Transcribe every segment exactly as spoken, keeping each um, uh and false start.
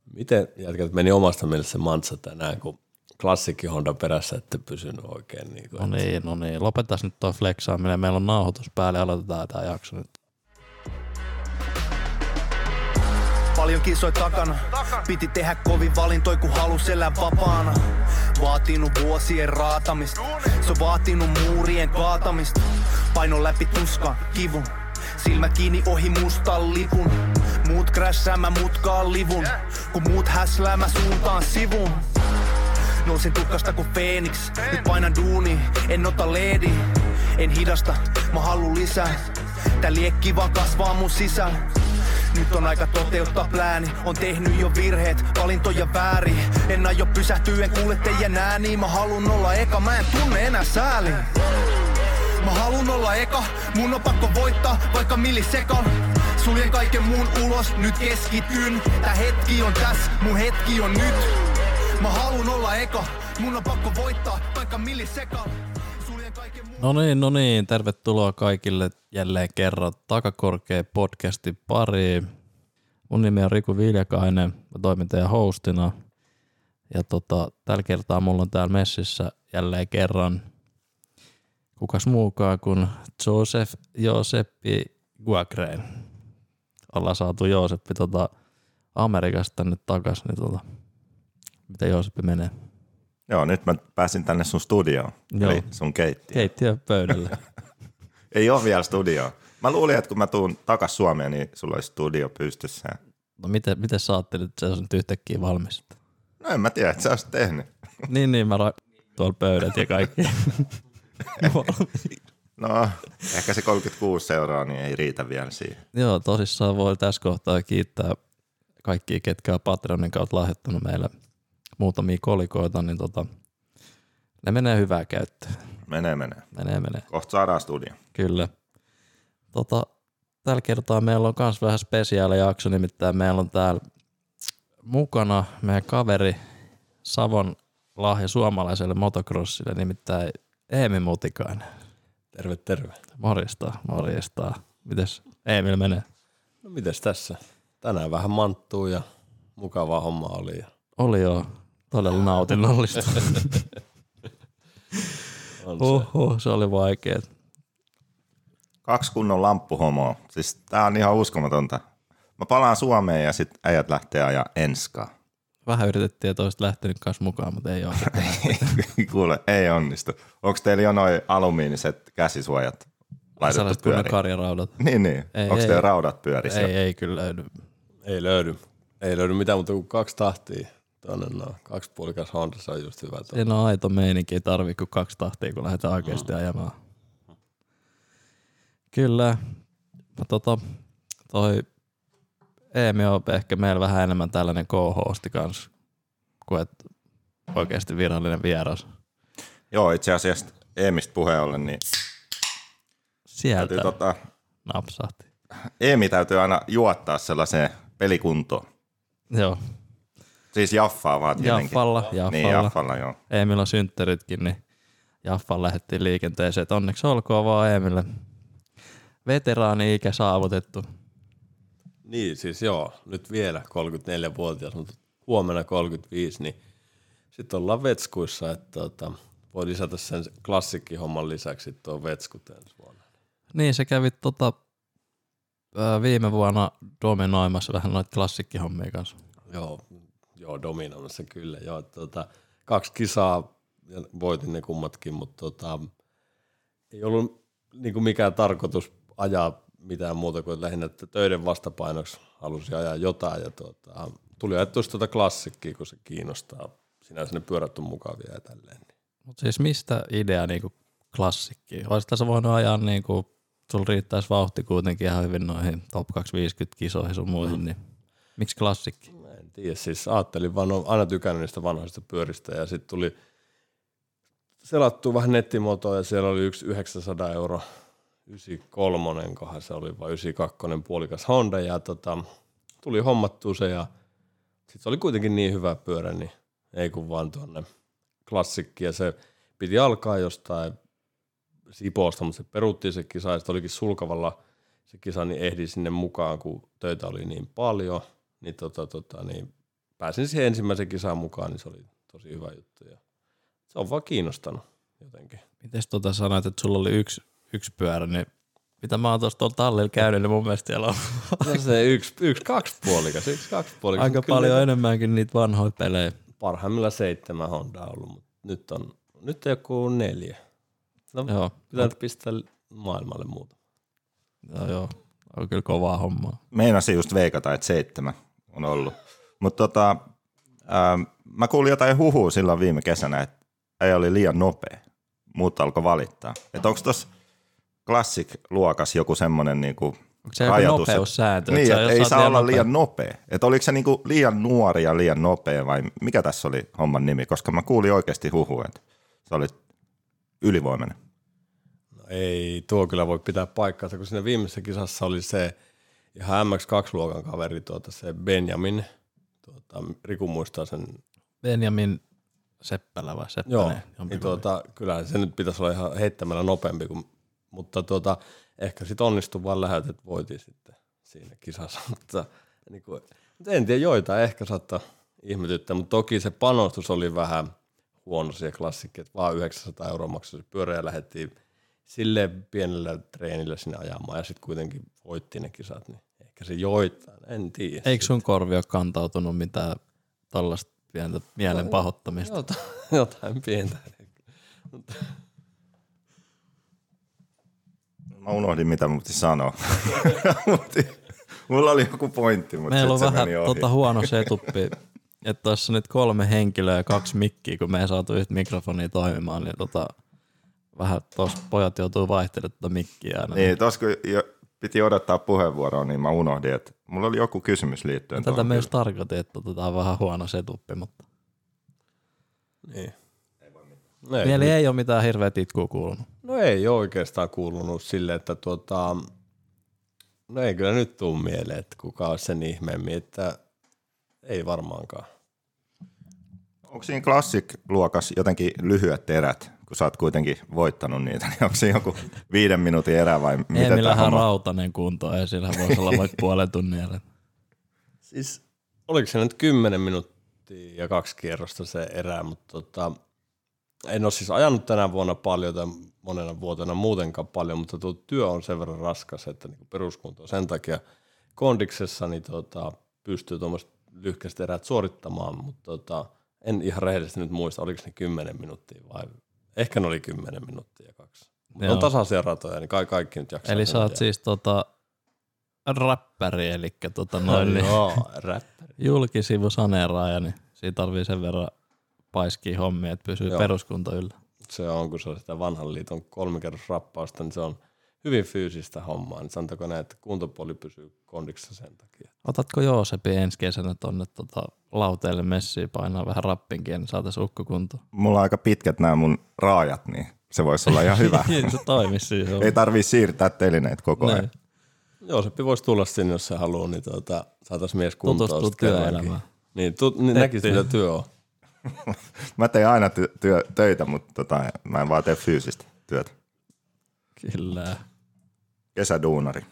Miten jätkät meni omasta mielestä Mantsa tänään, kun klassikki Honda perässä ette pysynyt oikein? Niin kuin, no niin, no niin. Lopetas nyt tuo flexaaminen. Meillä on nauhoitus päälle ja aloitetaan tämä jakso nyt. Paljon kisoi takana, piti tehdä kovin valintoi kun halus elää vapaana. Vaatinut vuosien raatamista, se on vaatinut muurien kaatamista. Paino läpi tuskan, kivun, silmä kiinni ohi mustan lipun. Muut crashaa, mä mutkaan livun, kun muut häslää mä suuntaan sivun. Nousin tukkasta kuin Phoenix, nyt painan duuni, en ota leedi. En hidasta, mä haluun lisää, tää liekki vaan kasvaa mun sisällä. Nyt on aika toteuttaa plääni, on tehnyt jo virheet, valintoja väärin. En aio pysähtyä, en kuule teidän ääniä. Mä halun olla eka, mä en tunne enää sääliä. Mä halun olla eka, mun on pakko voittaa, vaikka millisekan. Suljen kaiken muun ulos, nyt keskityn. Tää hetki on tässä, mun hetki on nyt. Mä halun olla eka, mun on pakko voittaa, vaikka millisekan. No niin, no niin. Tervetuloa kaikille jälleen kerran Takakorkea podcastin pariin. Mun nimi on Riku Viljakainen, mä toimin teidän hostina. Ja tota, tällä kertaa mulla on täällä messissä jälleen kerran kukas muukaan kuin Joseph Joseppi Guagrein. Ollaan saatu Jooseppi tota Amerikasta tänne takas, niin tota, miten Jooseppi menee? Joo, nyt mä pääsin tänne sun studioon, Joo. eli sun keittiö. Keittiö pöydälle. Ei ole vielä studioa. Mä luulin, että kun mä tuun takas Suomeen, niin sulla olisi studio pystyssä. No miten, miten sä ajattelit, että se on nyt yhtäkkiä valmis? No en mä tiedä, että sä olisit tehnyt. niin, niin, mä ra- tuolla pöydät ja kaikki. no, ehkä se kolmekymmentäkuusi euroa niin ei riitä vielä siihen. Joo, tosissaan voi tässä kohtaa kiittää kaikkia, ketkä on Patreonin kautta lahjoittanut meille muutamia kolikoita, niin tota, ne menee hyvää käyttöön. Menee, menee. Menee, menee. Kohta saadaan studio. Kyllä. Tota, tällä kertaa meillä on myös vähän spesiaali jakso, nimittäin meillä on täällä mukana meidän kaveri Savon lahja suomalaiselle motocrossille, nimittäin Eemi Mutikainen. Terve, terve. Morjesta, morjesta. Mites Eemil menee? No mites tässä? Tänään vähän manttuu ja mukavaa homma oli. Ja... Oli joo, todella nautinnollista. Oho, se oli vaikeet. Kaksi kunnon lamppuhomoa. Siis tää on ihan uskomatonta. Mä palaan Suomeen ja sit äijät lähtee ajaa enskaa. Vähän yritettiin, että olisit lähtenyt kanssa mukaan, mutta ei ole. Kuule, ei onnistu. Onko teillä jo noi alumiiniset käsisuojat laitettu sellaiset pyöriin? Sellaiset karjaraudat. Niin, niin. Onko teillä raudat pyörissä? Ei, ei kyllä löydy. Ei löydy. Ei löydy mitään, mutta kuin kaksi tahtia. Tuonne no, kaksi puolikas Honda, se on just hyvä. Ei no aito meininki, ei tarvii kuin kaksi tahtia, kun lähdetään oikeasti mm. ajamaan. Kyllä. No, tota, toi Eemi on ehkä meillä vähän enemmän tällainen co-hosti kanssa, kuin et oikeasti virallinen vieras. Joo, itse asiassa Eemistä puheen ollen, niin sieltä täytyy, tota, napsahti. Eemi täytyy aina juottaa sellaiseen pelikuntoon. Joo. Siis Jaffaa vaan tietenkin. Jaffalla, Jaffalla. Niin, Jaffalla, joo. Eemillä on synttäritkin, niin Jaffan lähdettiin liikenteeseen. Et onneksi olkoon vaan Eemille. Veteraani-ikä saavutettu. Niin, siis joo. Nyt vielä kolmekymmentäneljävuotias, mutta huomenna kolmekymmentäviisi, niin sitten ollaan vetskuissa, että tota, voi lisätä sen klassikkihomman lisäksi tuon vetskut ensi vuonna. Niin, se kävi tota, viime vuonna dominoimassa vähän noita klassikkihommia kanssa. Joo, joo dominoimassa kyllä. Joo, tota, kaksi kisaa ja voitin ne kummatkin, mutta tota, ei ollut niinku mikään tarkoitus ajaa mitään muuta kuin lähinnä, että töiden vastapainoksi halusin ajaa jotain. Ja tota, tuli ajettua tuota klassikkiä, kun se kiinnostaa. Sinänsä ne pyörät on mukavia ja tälleen. Mutta siis mistä idea niinku klassikkiin? Olisitko sä voinut ajaa, niinku, sulla riittäisi vauhti kuitenkin ihan hyvin noihin top kaksisataaviisikymmentä kisoihin sun muihin, mm. niin miksi klassikki? Mä en tiedä, siis ajattelin vaan, olen aina tykännyt niistä vanhoista pyöristä ja sitten tuli selattua vähän nettimotoa ja siellä oli yksi yhdeksänsataa euro yhdeksänkymmentäkolme, kohan se oli vai yhdeksänkymmentäkaksi puolikas Honda ja tota, tuli hommattua se ja sitten se oli kuitenkin niin hyvä pyörä, niin ei kun vaan tuonne klassikki ja se piti alkaa jostain Sipoosta, mutta se peruttiin se kisa ja sitten olikin Sulkavalla se kisa, niin ehdi sinne mukaan, kun töitä oli niin paljon, niin, tota, tota, niin pääsin siihen ensimmäisen kisaan mukaan, niin se oli tosi hyvä juttu. Ja se on vaan kiinnostanut jotenkin. Mites tota sanoit, että sulla oli yksi, yksi pyörä, niin mitä mä oon tuossa tuolla tallilla käynyt, niin mun mielestä siellä on no se yksi, yksi kaksipuolikas, yksi kaksipuolikas. aika paljon niitä, enemmänkin niitä vanhoja pelejä. Parhaimmillaan seitsemän Hondaa ollut, mutta nyt on nyt joku neljä. No, joo. Pitää Mut, pistää maailmalle muuta. Joo, joo. On kyllä kovaa hommaa. Meinasin just veikata, että seitsemän on ollut. Mutta tota, ähm, mä kuulin jotain huhua silloin viime kesänä, että ei oli liian nopea. Muut alkoi valittaa. Että onko tuossa Classic-luokas joku semmoinen niinku onko se joku rajoitus, nopeussääntö? Niin, että ei saa olla nopea. liian nopea. Että oliko se niinku liian nuori ja liian nopea vai mikä tässä oli homman nimi? Koska mä kuulin oikeasti huhua, että sä olit ylivoimainen. No ei, tuo kyllä voi pitää paikkaansa, kun siinä viimeisessä kisassa oli se ihan M X kaksi-luokan kaveri, tuota, se Benjamin. Tuota, Riku muistaa sen. Benjamin Seppälä vai Seppänen? Joo, niin tuota, kyllähän se nyt pitäisi olla ihan heittämällä nopeampi, kuin, mutta tuota, ehkä sitten onnistui vaan lähöt, että voitiin sitten siinä kisassa. mutta, niin kuin, mutta en tiedä, joita ehkä saattaa ihmetyttää, mutta toki se panostus oli vähän huono siihen klassikkiin, että vaan yhdeksänsataa euroa maksoi se pyörä ja lähdettiin silleen pienellä treenillä sinne ajamaan ja sitten kuitenkin voitti ne kisat, niin ehkä se joitain, en tiedä. Eikö sun korvi ole kantautunut mitään tollaista pientä mielen pahoittamista? Jotain, jotain pientä. Mä unohdin, mitä mä piti sanoa. Mulla oli joku pointti, mutta meillä on se vähän meni ohi. tota huono setuppi, että tuossa nyt kolme henkilöä ja kaksi mikkiä, kun me ei saatu yhtä mikrofonia toimimaan, niin tota, vähän tuossa pojat joutuu vaihtelemaan tuota mikkiä aina. Niin, tuossa kun jo piti odottaa puheenvuoroa, niin mä unohdin, että mulla oli joku kysymys liittyen. Tätä me just tarkoitin, että tota, on vähän huono setuppi, mutta Niin. No ei, Mieli ei ole mitään hirveä titkua kuulunut. No ei ole oikeastaan kuulunut silleen, että tuota, no ei kyllä nyt tuu mieleen, että kuka olisi sen ihmeemmin, että ei varmaankaan. Onko siinä Classic-luokas jotenkin lyhyet erät, kun sä oot kuitenkin voittanut niitä, niin onko se joku viiden minuutin erä vai mitä? Ei millähän rautainen kunto, ei sillä voisi olla vaikka puolen tunnin erä. Siis oliko se nyt kymmenen minuuttia ja kaksi kierrosta se erä, mutta tota, en ole siis ajanut tänä vuonna paljon tai monena vuotena muutenkaan paljon, mutta tuo työ on sen verran raskas, että niinku peruskunto on sen takia kondiksessa niin tota, pystyy tuommoiset lyhkäiset erät suorittamaan, mutta tota, en ihan rehellisesti nyt muista, oliko ne kymmenen minuuttia vai ehkä ne oli kymmenen minuuttia ja kaksi. Mutta on tasaisia ratoja, niin kaikki, kaikki nyt jaksaa. Eli sä oot siis tota, räppäri, eli tota noin niin, joo, räppäri. julkisivusaneeraaja, niin siinä tarvii sen verran paiskia hommia, että pysyy joo. peruskunto yllä. Se on, kun se on sitä vanhan liiton kolmikerrosrappausta, niin se on hyvin fyysistä hommaa. Niin sanotaanko näin, että kuntopuoli pysyy kondiksessa sen takia. Otatko Joosepin ensi kesänä tonne tota, lauteille messiin painaa vähän rappinkin, niin saataisiin ukkokuntoon? Mulla on aika pitkät nämä mun raajat, niin se voisi olla ihan hyvä. Se toimisi siis. Ei tarvii siirtää telineet koko ajan. Näin. Joosepi voisi tulla sinne, jos se haluaa, niin tuota, saataisiin mies kuntoon. Tutustuu työelämään. Niin, tu, niin näkisi, mitä työ on. Mä teen aina ty- työ, töitä, mutta tota, mä en vaan tee fyysistä työtä. Kyllä. Kesäduunari.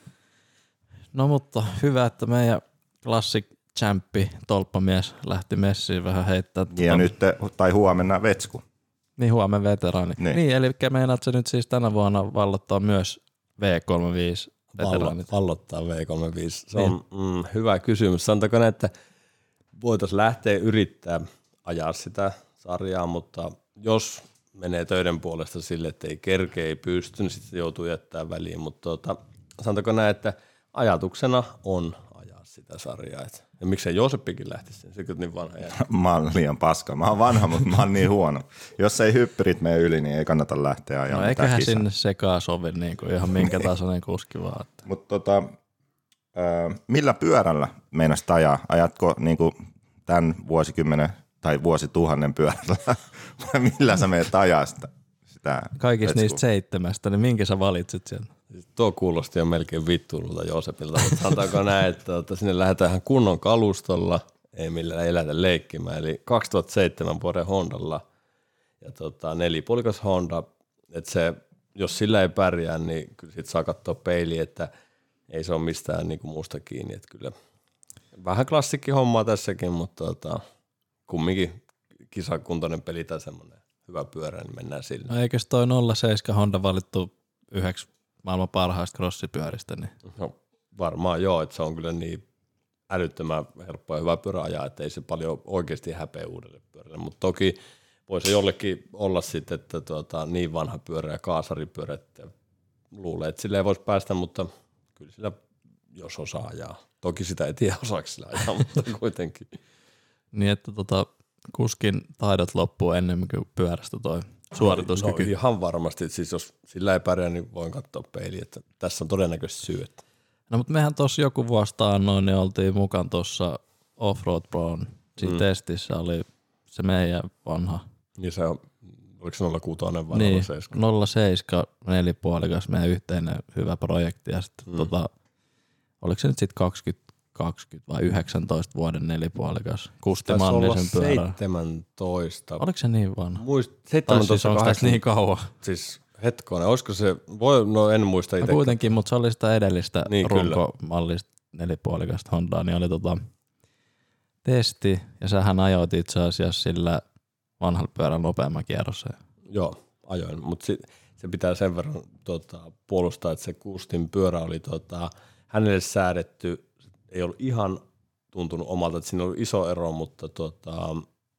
No mutta hyvä, että meidän Classic Champi tolppamies lähti messiin vähän heittää. Ja tuota, nyt, tai huomenna Vetsku. Niin, huomen veteraani. Niin, niin eli meinaat se nyt siis tänä vuonna vallottaa myös V kolmekymmentäviisi veteraanit? Vallottaa V kolmekymmentäviisi. Se on niin. mm, hyvä kysymys. Sanotaanko näin, että voitaisiin lähteä yrittää ajaa sitä sarjaa, mutta jos menee töiden puolesta sille, että ei kerkeä, ei pysty, niin sitten joutuu jättämään väliin. Mutta tuota, sanotaanko näin, että ajatuksena on ajaa sitä sarjaa. Et, ja miksei Jooseppikin lähtisi sen, se kyllä niin vanha jää. Mä oon liian paska. Mä oon vanha, mutta mä oon niin huono. Jos ei hyppyrit mene yli, niin ei kannata lähteä ajaa. No eiköhän sinne sekaan sovi niin kuin ihan minkä tasoinen kuski vaan. Mutta tota, äh, millä pyörällä meinasit ajaa? Ajatko niin kuin tämän vuosikymmenen tai vuosituhannen pyörällä? Vai millä sä menet ajaa sitä? sitä Kaikista vetskua? Niistä seitsemästä, niin minkä sä valitsit sieltä? Tuo kuulosti jo melkein vittuilulta Joosepilta, mutta sanotaanko näin, että, että sinne lähdetään ihan kunnon kalustolla, ei millään elätä leikkimään, eli kaksituhattaseitsemän vuoden Hondalla ja tota, nelipuolikas Honda, että se, jos sillä ei pärjää, niin kyllä sit saa katsoa peiliin, että ei se ole mistään niinku muusta kiinni, että kyllä Vähän klassikki hommaa tässäkin, mutta tota, kumminkin kisakuntoinen peli tai semmoinen hyvä pyörä, niin mennään sillä. No eikös toi nolla seitsemän Honda valittu yhdeksi maailman parhaista crossipyöristä? Niin. No varmaan joo, että se on kyllä niin älyttömän helppo ja hyvä pyörä ajaa, että ei se paljon oikeasti häpeä uudelle pyörälle, mutta toki voi se jollekin olla sitten, että tuota, niin vanha pyörä ja kaasaripyörä, että luulee, että sillä ei voisi päästä, mutta kyllä sillä jos osaa ajaa. Toki sitä ei tiedä osaako sillä ajaa, mutta kuitenkin. Niin, että tota, kuskin taidot loppuu ennen kuin pyörästä toi suorituskyky. No, ihan varmasti, siis jos sillä ei pärjää, niin voin katsoa peiliin, että tässä on todennäköisesti syy. Että. No mutta mehän tuossa joku vuosi taannoin, niin oltiin mukaan tuossa Offroad Proon. Siinä mm. testissä oli se meidän vanha. Niin se on, oliko se nolla kuusi vai niin, nolla seitsemän? nolla seitsemän nelipuolikas meidän yhteinen hyvä projekti ja sitten mm. tota, oliko se nyt sitten kaksikymmentä, kaksikymmentä vai yhdeksäntoista vuoden nelipuolikas Kusti Mannisen pyörä. seitsemäntoista. Oliko se niin vanha? Muist, seitsemäntoista, siis onko tässä niin kauan? Siis hetkonen, olisiko se, voi, no en muista itse. No kuitenkin, mutta se oli sitä edellistä niin, runkomallista nelipuolikasta Hondaa, niin oli tota testi, ja sähän ajoit itse asiassa sillä vanhalla pyörällä nopeamman kierrossa. Joo, ajoin, mutta se, se pitää sen verran tota, puolustaa, että se Kustin pyörä oli tota, hänelle säädetty, ei ollut ihan tuntunut omalta, että siinä oli iso ero, mutta tota,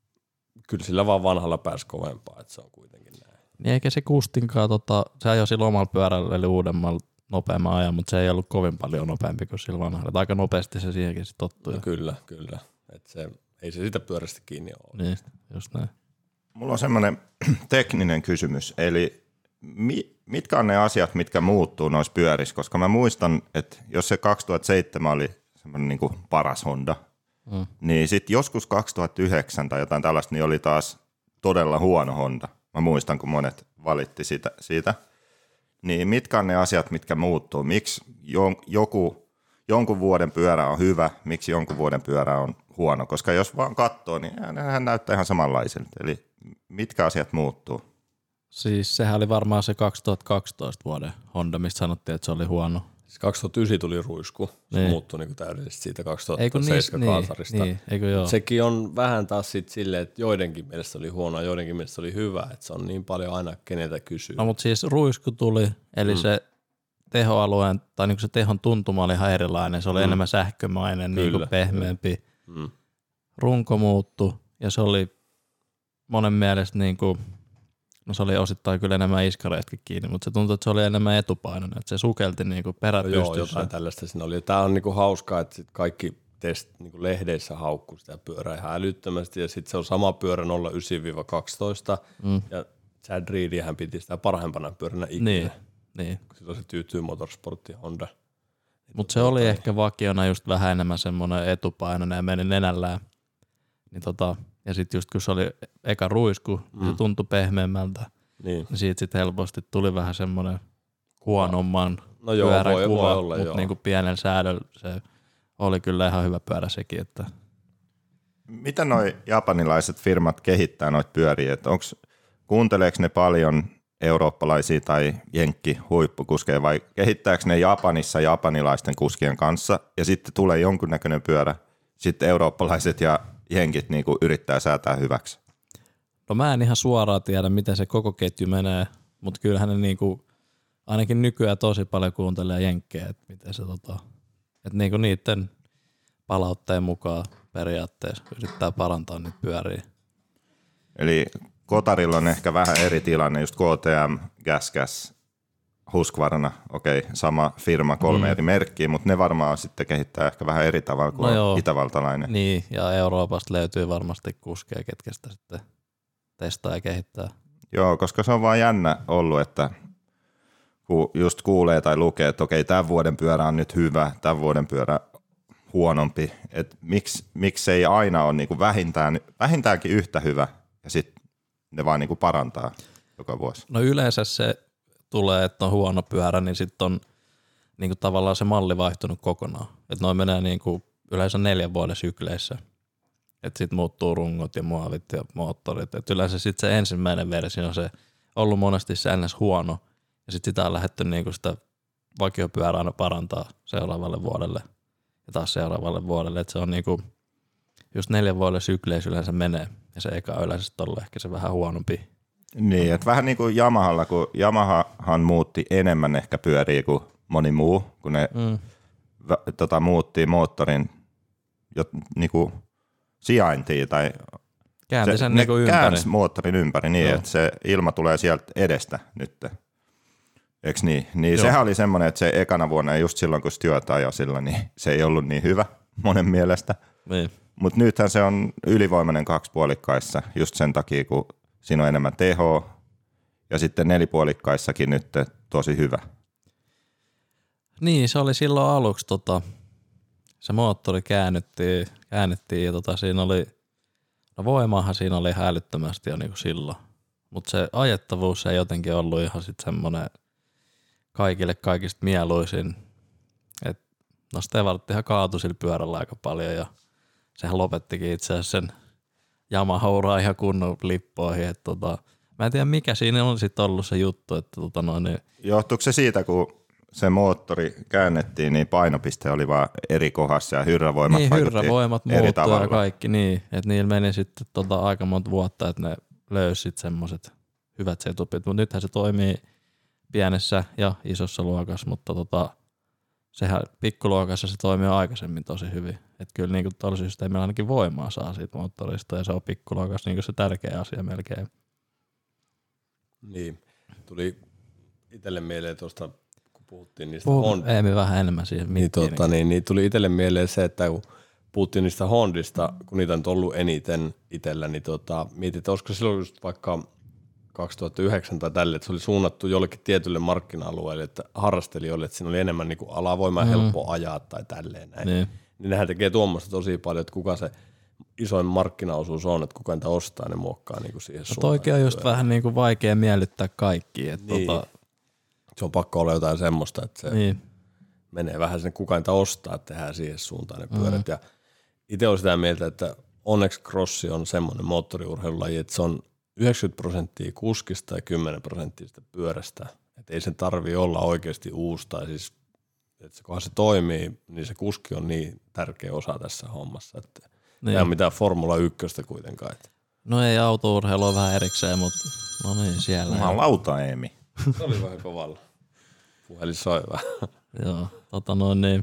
kyllä sillä vaan vanhalla pääsi kovempaa, että se on kuitenkin näin. Niin eikä se Kustinkaan, tota, se ajoi sillä omalla pyörällä eli uudemmalla nopeamman ajan, mutta se ei ollut kovin paljon nopeampi kuin sillä vanhalla. Aika nopeasti se siihenkin sitten tottui. No kyllä, kyllä. Et se, ei se sitä pyörästä kiinni ole. Niin, just näin. Mulla on semmoinen tekninen kysymys, eli mi, mitkä on ne asiat, mitkä muuttuu noissa pyörissä, koska mä muistan, että jos se kaksituhattaseitsemän oli semmoinen niin kuin paras Honda, mm. niin sitten joskus kaksituhattayhdeksän tai jotain tällaista, niin oli taas todella huono Honda. Mä muistan, kun monet valitti sitä, siitä. Niin mitkä on ne asiat, mitkä muuttuu? Miksi joku, jonkun vuoden pyörä on hyvä, miksi jonkun vuoden pyörä on huono? Koska jos vaan katsoo, niin hän näyttää ihan samanlaiselta. Eli mitkä asiat muuttuu? Siis sehän oli varmaan se kaksituhattakaksitoista vuoden Honda, mistä sanottiin, että se oli huono. Siis kaksituhattayhdeksän tuli ruisku, se niin. muuttui niinku täydellisesti siitä kaksituhattaseitsemän kaasarista. Niin, niin, eikö joo? Sekin on vähän taas sit silleen, että joidenkin mielestä oli huono, joidenkin mielestä oli hyvä, että se on niin paljon aina keneltä kysyä. No mutta siis ruisku tuli, eli mm. se tehoalueen, tai niinku se tehon tuntuma oli ihan erilainen, se oli mm. enemmän sähkömainen, niinku pehmeämpi. Mm. Runko muuttui, ja se oli monen mielestä niinku, no se oli osittain kyllä enemmän iskareetkin kiinni, mutta se tuntui, että se oli enemmän etupainoinen, että se sukelti niinku peräpystyssä. No joo, jotain tällaista siinä oli. Tämä on niinku hauskaa, että sit kaikki test, niinku lehdeissä haukkuu sitä pyörää ihan älyttömästi, ja sitten se on sama pyörä nolla yhdeksän kaksitoista, mm. ja Chad Reedihän piti sitä parhaimpana pyöränä ikinä. Niin, niin. Silloin se tyytyy Motorsportti Honda. Mutta se oli ehkä vakiona just vähän enemmän semmoinen etupainoinen ja meni nenällään. Niin tota, ja sitten just kun se oli eka ruisku, mm. se tuntui pehmeämmältä, niin, niin siitä sitten helposti tuli vähän semmoinen huonomman no joo, pyörän voi, kuva, voi olla, mutta niinku pienellä säädöllä se oli kyllä ihan hyvä pyörä sekin. Että. Mitä noi japanilaiset firmat kehittää noita pyöriä? Onks, kuunteleeko ne paljon eurooppalaisia tai jenkki huippukuskeja vai kehittääkö ne Japanissa japanilaisten kuskien kanssa ja sitten tulee jonkunnäköinen pyörä, sitten eurooppalaiset ja jenkit niinku yrittää säätää hyväksi? No mä en ihan suoraan tiedä, miten se koko ketju menee, mutta kyllähän ne niinku, ainakin nykyään tosi paljon kuuntelee jenkkejä, että miten se tota, että niinku niiden palautteen mukaan periaatteessa yrittää parantaa niitä pyöriä. Eli Kotarilla on ehkä vähän eri tilanne, just K T M, Gas-Gas, Husqvarna, okei, sama firma, kolme mm. eri merkkiä, mutta ne varmaan sitten kehittää ehkä vähän eri tavalla kuin no itävaltalainen. Niin, ja Euroopasta löytyy varmasti kuskeja, ketkä sitä sitten testaa ja kehittää. Joo, koska se on vaan jännä ollut, että kun just kuulee tai lukee, että okei, tämän vuoden pyörä on nyt hyvä, tämän vuoden pyörä huonompi, että miksi, miksi ei aina ole niinku vähintään, vähintäänkin yhtä hyvä, ja sitten ne vaan niinku parantaa joka vuosi. No yleensä se tulee, että on huono pyörä, niin sitten on niinku tavallaan se malli vaihtunut kokonaan. Että noin menee niinku yleensä neljän vuoden sykleissä. Että sitten muuttuu rungot ja muovit ja moottorit. Että yleensä sitten se ensimmäinen versio on se ollut monesti se ns. Huono. Ja sitten sitä on lähdetty niinku sitä vakiopyörää aina parantaa seuraavalle vuodelle. ja taas seuraavalle vuodelle. Että se on niinku, just neljän vuoden sykleissä yleensä menee ja se eka on yleensä ollut ehkä se vähän huonompi. Niin, että vähän niin kuin Yamahalla, kun Yamahahan muutti enemmän ehkä pyöriä kuin moni muu, kun ne mm. v- tota, muutti moottorin jo, niin kuin sijaintia tai käänti se, sen ne niinku ympäri. käänsi moottorin ympäri niin, no. että se ilma tulee sieltä edestä nyt. Eikö niin? Niin Joo. sehän oli semmoinen, että se ekana vuonna, just silloin kun Stuart ajoi sillä, niin se ei ollut niin hyvä monen mielestä. Niin. Mutta nythän se on ylivoimainen kaksipuolikkaissa just sen takia, kun siinä on enemmän tehoa ja sitten nelipuolikkaissakin nyt tosi hyvä. Niin, se oli silloin aluksi, tota, se moottori käännettiin, käännettiin ja tota, siinä oli, no voimaahan siinä oli ihan älyttömästi jo niin kuin silloin, mutta se ajettavuus ei jotenkin ollut ihan sitten semmoinen kaikille kaikista mieluisin, että no Stevarttihan kaatui sillä pyörällä aika paljon ja sehän lopettikin itse asiassa sen Yamaha-uraa ihan kunnon lippoihin, että tota, mä en tiedä mikä siinä on sitten ollut se juttu, että tota noin niin. Johtuuko se siitä, kun se moottori käännettiin, niin painopiste oli vaan eri kohdassa ja hyrrävoimat niin, vaikutti hyrrävoimat eri muuttui tavalla. ja kaikki niin, että niillä meni sitten tota aika monta vuotta, että ne löysi sitten semmoiset hyvät setupit, mutta nythän se toimii pienessä ja isossa luokassa, mutta tota, sehän pikkuluokassa se toimii aikaisemmin tosi hyvin, että kyllä niin tuolla systeemillä ainakin voimaa saa siitä moottorista ja se on pikkuluokassa niin se tärkeä asia melkein. Niin, tuli itselle mieleen tuosta, kun puhuttiin niistä Puhu, Honda. Ei me vähän enemmän siihen Niin, tota, niin, niin tuli itselle mieleen se, että kun puhuttiin niistä Hondista, kun niitä on ollut eniten itsellä, niin tota, mietit, että olisiko silloin just vaikka kaksituhattayhdeksän tai tälle, että se oli suunnattu jollekin tietylle markkina-alueelle, että harrastelijoille, että siinä oli enemmän niin kuin alavoimaa mm. helppo ajaa tai tälleen näin. Niin. niin nehän tekee tuommoista tosi paljon, että kuka se isoin markkinaosuus on, että kuka niitä ostaa, ne muokkaa niin kuin siihen no, suuntaan. toikin on just vähän niin kuin vaikea miellyttää kaikkia. Että niin. tota... Se on pakko olla jotain semmoista, että se niin. menee vähän sinne kuka niitä ostaa, että tehdään siihen suuntaan ne pyörät. Mm. Ja itse olen sitä mieltä, että onneksi crossi on semmoinen moottoriurheilulaji, että se on yhdeksänkymmentä prosenttia kuskista ja kymmenen prosenttia sitä pyörästä. Että ei sen tarvitse olla oikeasti uusi, tai siis, että se, kunhan se toimii, niin se kuski on niin tärkeä osa tässä hommassa. Että niin. Ei ole mitään Formula ykköstä kuitenkaan. Että. No ei, autourheilu on vähän erikseen, mutta no niin, siellä. Mä oon lauta-Eemi. Se oli vähän kovalla. Puhelin soi vähän. Joo, tota noin niin.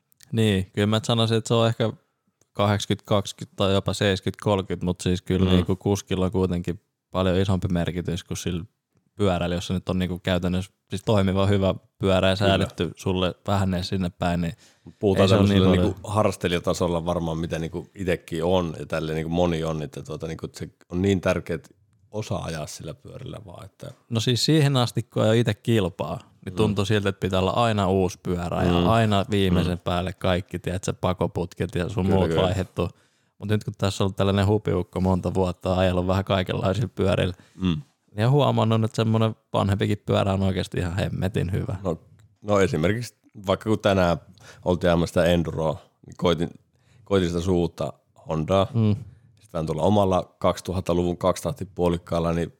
Niin, kyllä mä sanoisin, että se on ehkä kahdeksankymmentä kaksikymmentä tai jopa seitsemänkymmentä kolmekymmentä, mutta siis kyllä mm. niinku kuskilla on kuitenkin paljon isompi merkitys kuin sillä pyörällä, jossa nyt on niinku käytännössä siis toimiva hyvä pyörä ja säädetty sulle vähän edes sinne päin. Niin puhutaan tämmöisellä niin niinku harrastelijatasolla varmaan, mitä niinku itsekin on ja tälleen niinku moni on, että tuota, niinku, se on niin tärkeää, että osaa ajaa sillä pyörillä vaan. Että. No siis siihen asti, kun ei ole itse kilpaa, niin tuntuu mm. siltä, että pitää olla aina uusi pyörä ja mm. aina viimeisen mm. päälle kaikki, tiedätkö, pakoputket ja sun kyllä, muut kyllä. vaihdettu. Mutta nyt kun tässä on ollut tällainen hupiukko monta vuotta, ajellut vähän kaikenlaisilla pyörillä, mm. niin on huomannut, että semmoinen vanhempikin pyörä on oikeasti ihan hemmetin hyvä. No, no esimerkiksi vaikka kun tänään oltiin ajamassa sitä Enduroa, niin koitin, koitin sitä suutta Hondaa. Mm. Sitten tuolla omalla kaksituhattaluvun kaksitahtipuolikkaalla, niin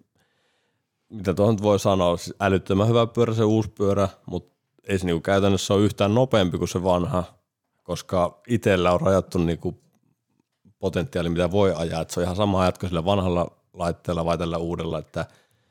mitä tuohon voi sanoa, siis älyttömän hyvä pyörä, se uusi pyörä, mutta ei se niinku käytännössä ole yhtään nopeampi kuin se vanha, koska itsellä on rajattu niinku potentiaali, mitä voi ajaa, että se on ihan sama ajatko sillä vanhalla laitteella vai tällä uudella, että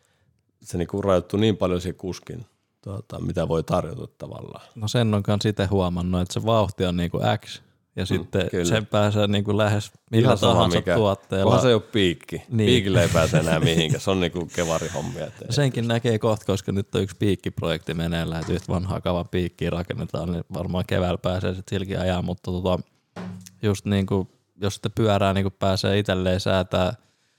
se niinku rajoittu niin paljon siihen kuskin, tuota, mitä voi tarjota tavallaan. No sen on kanssa itse huomannut, että se vauhti on niinku X, ja sitten mm, sen pääsee niinku lähes millä tahansa tuotteella. Kunhan se ei ole piikki. Niin. Piikille ei pääse enää mihinkään. Se on niinku kevarihommia. Senkin näkee kohta, koska nyt on yksi piikkiprojekti meneillään, että yhtä vanhaa kavan piikkiä rakennetaan, niin varmaan keväällä pääsee sitten silläkin ajaa, mutta tota, just niinku, jos sitten pyörää niinku pääsee itselleen säätää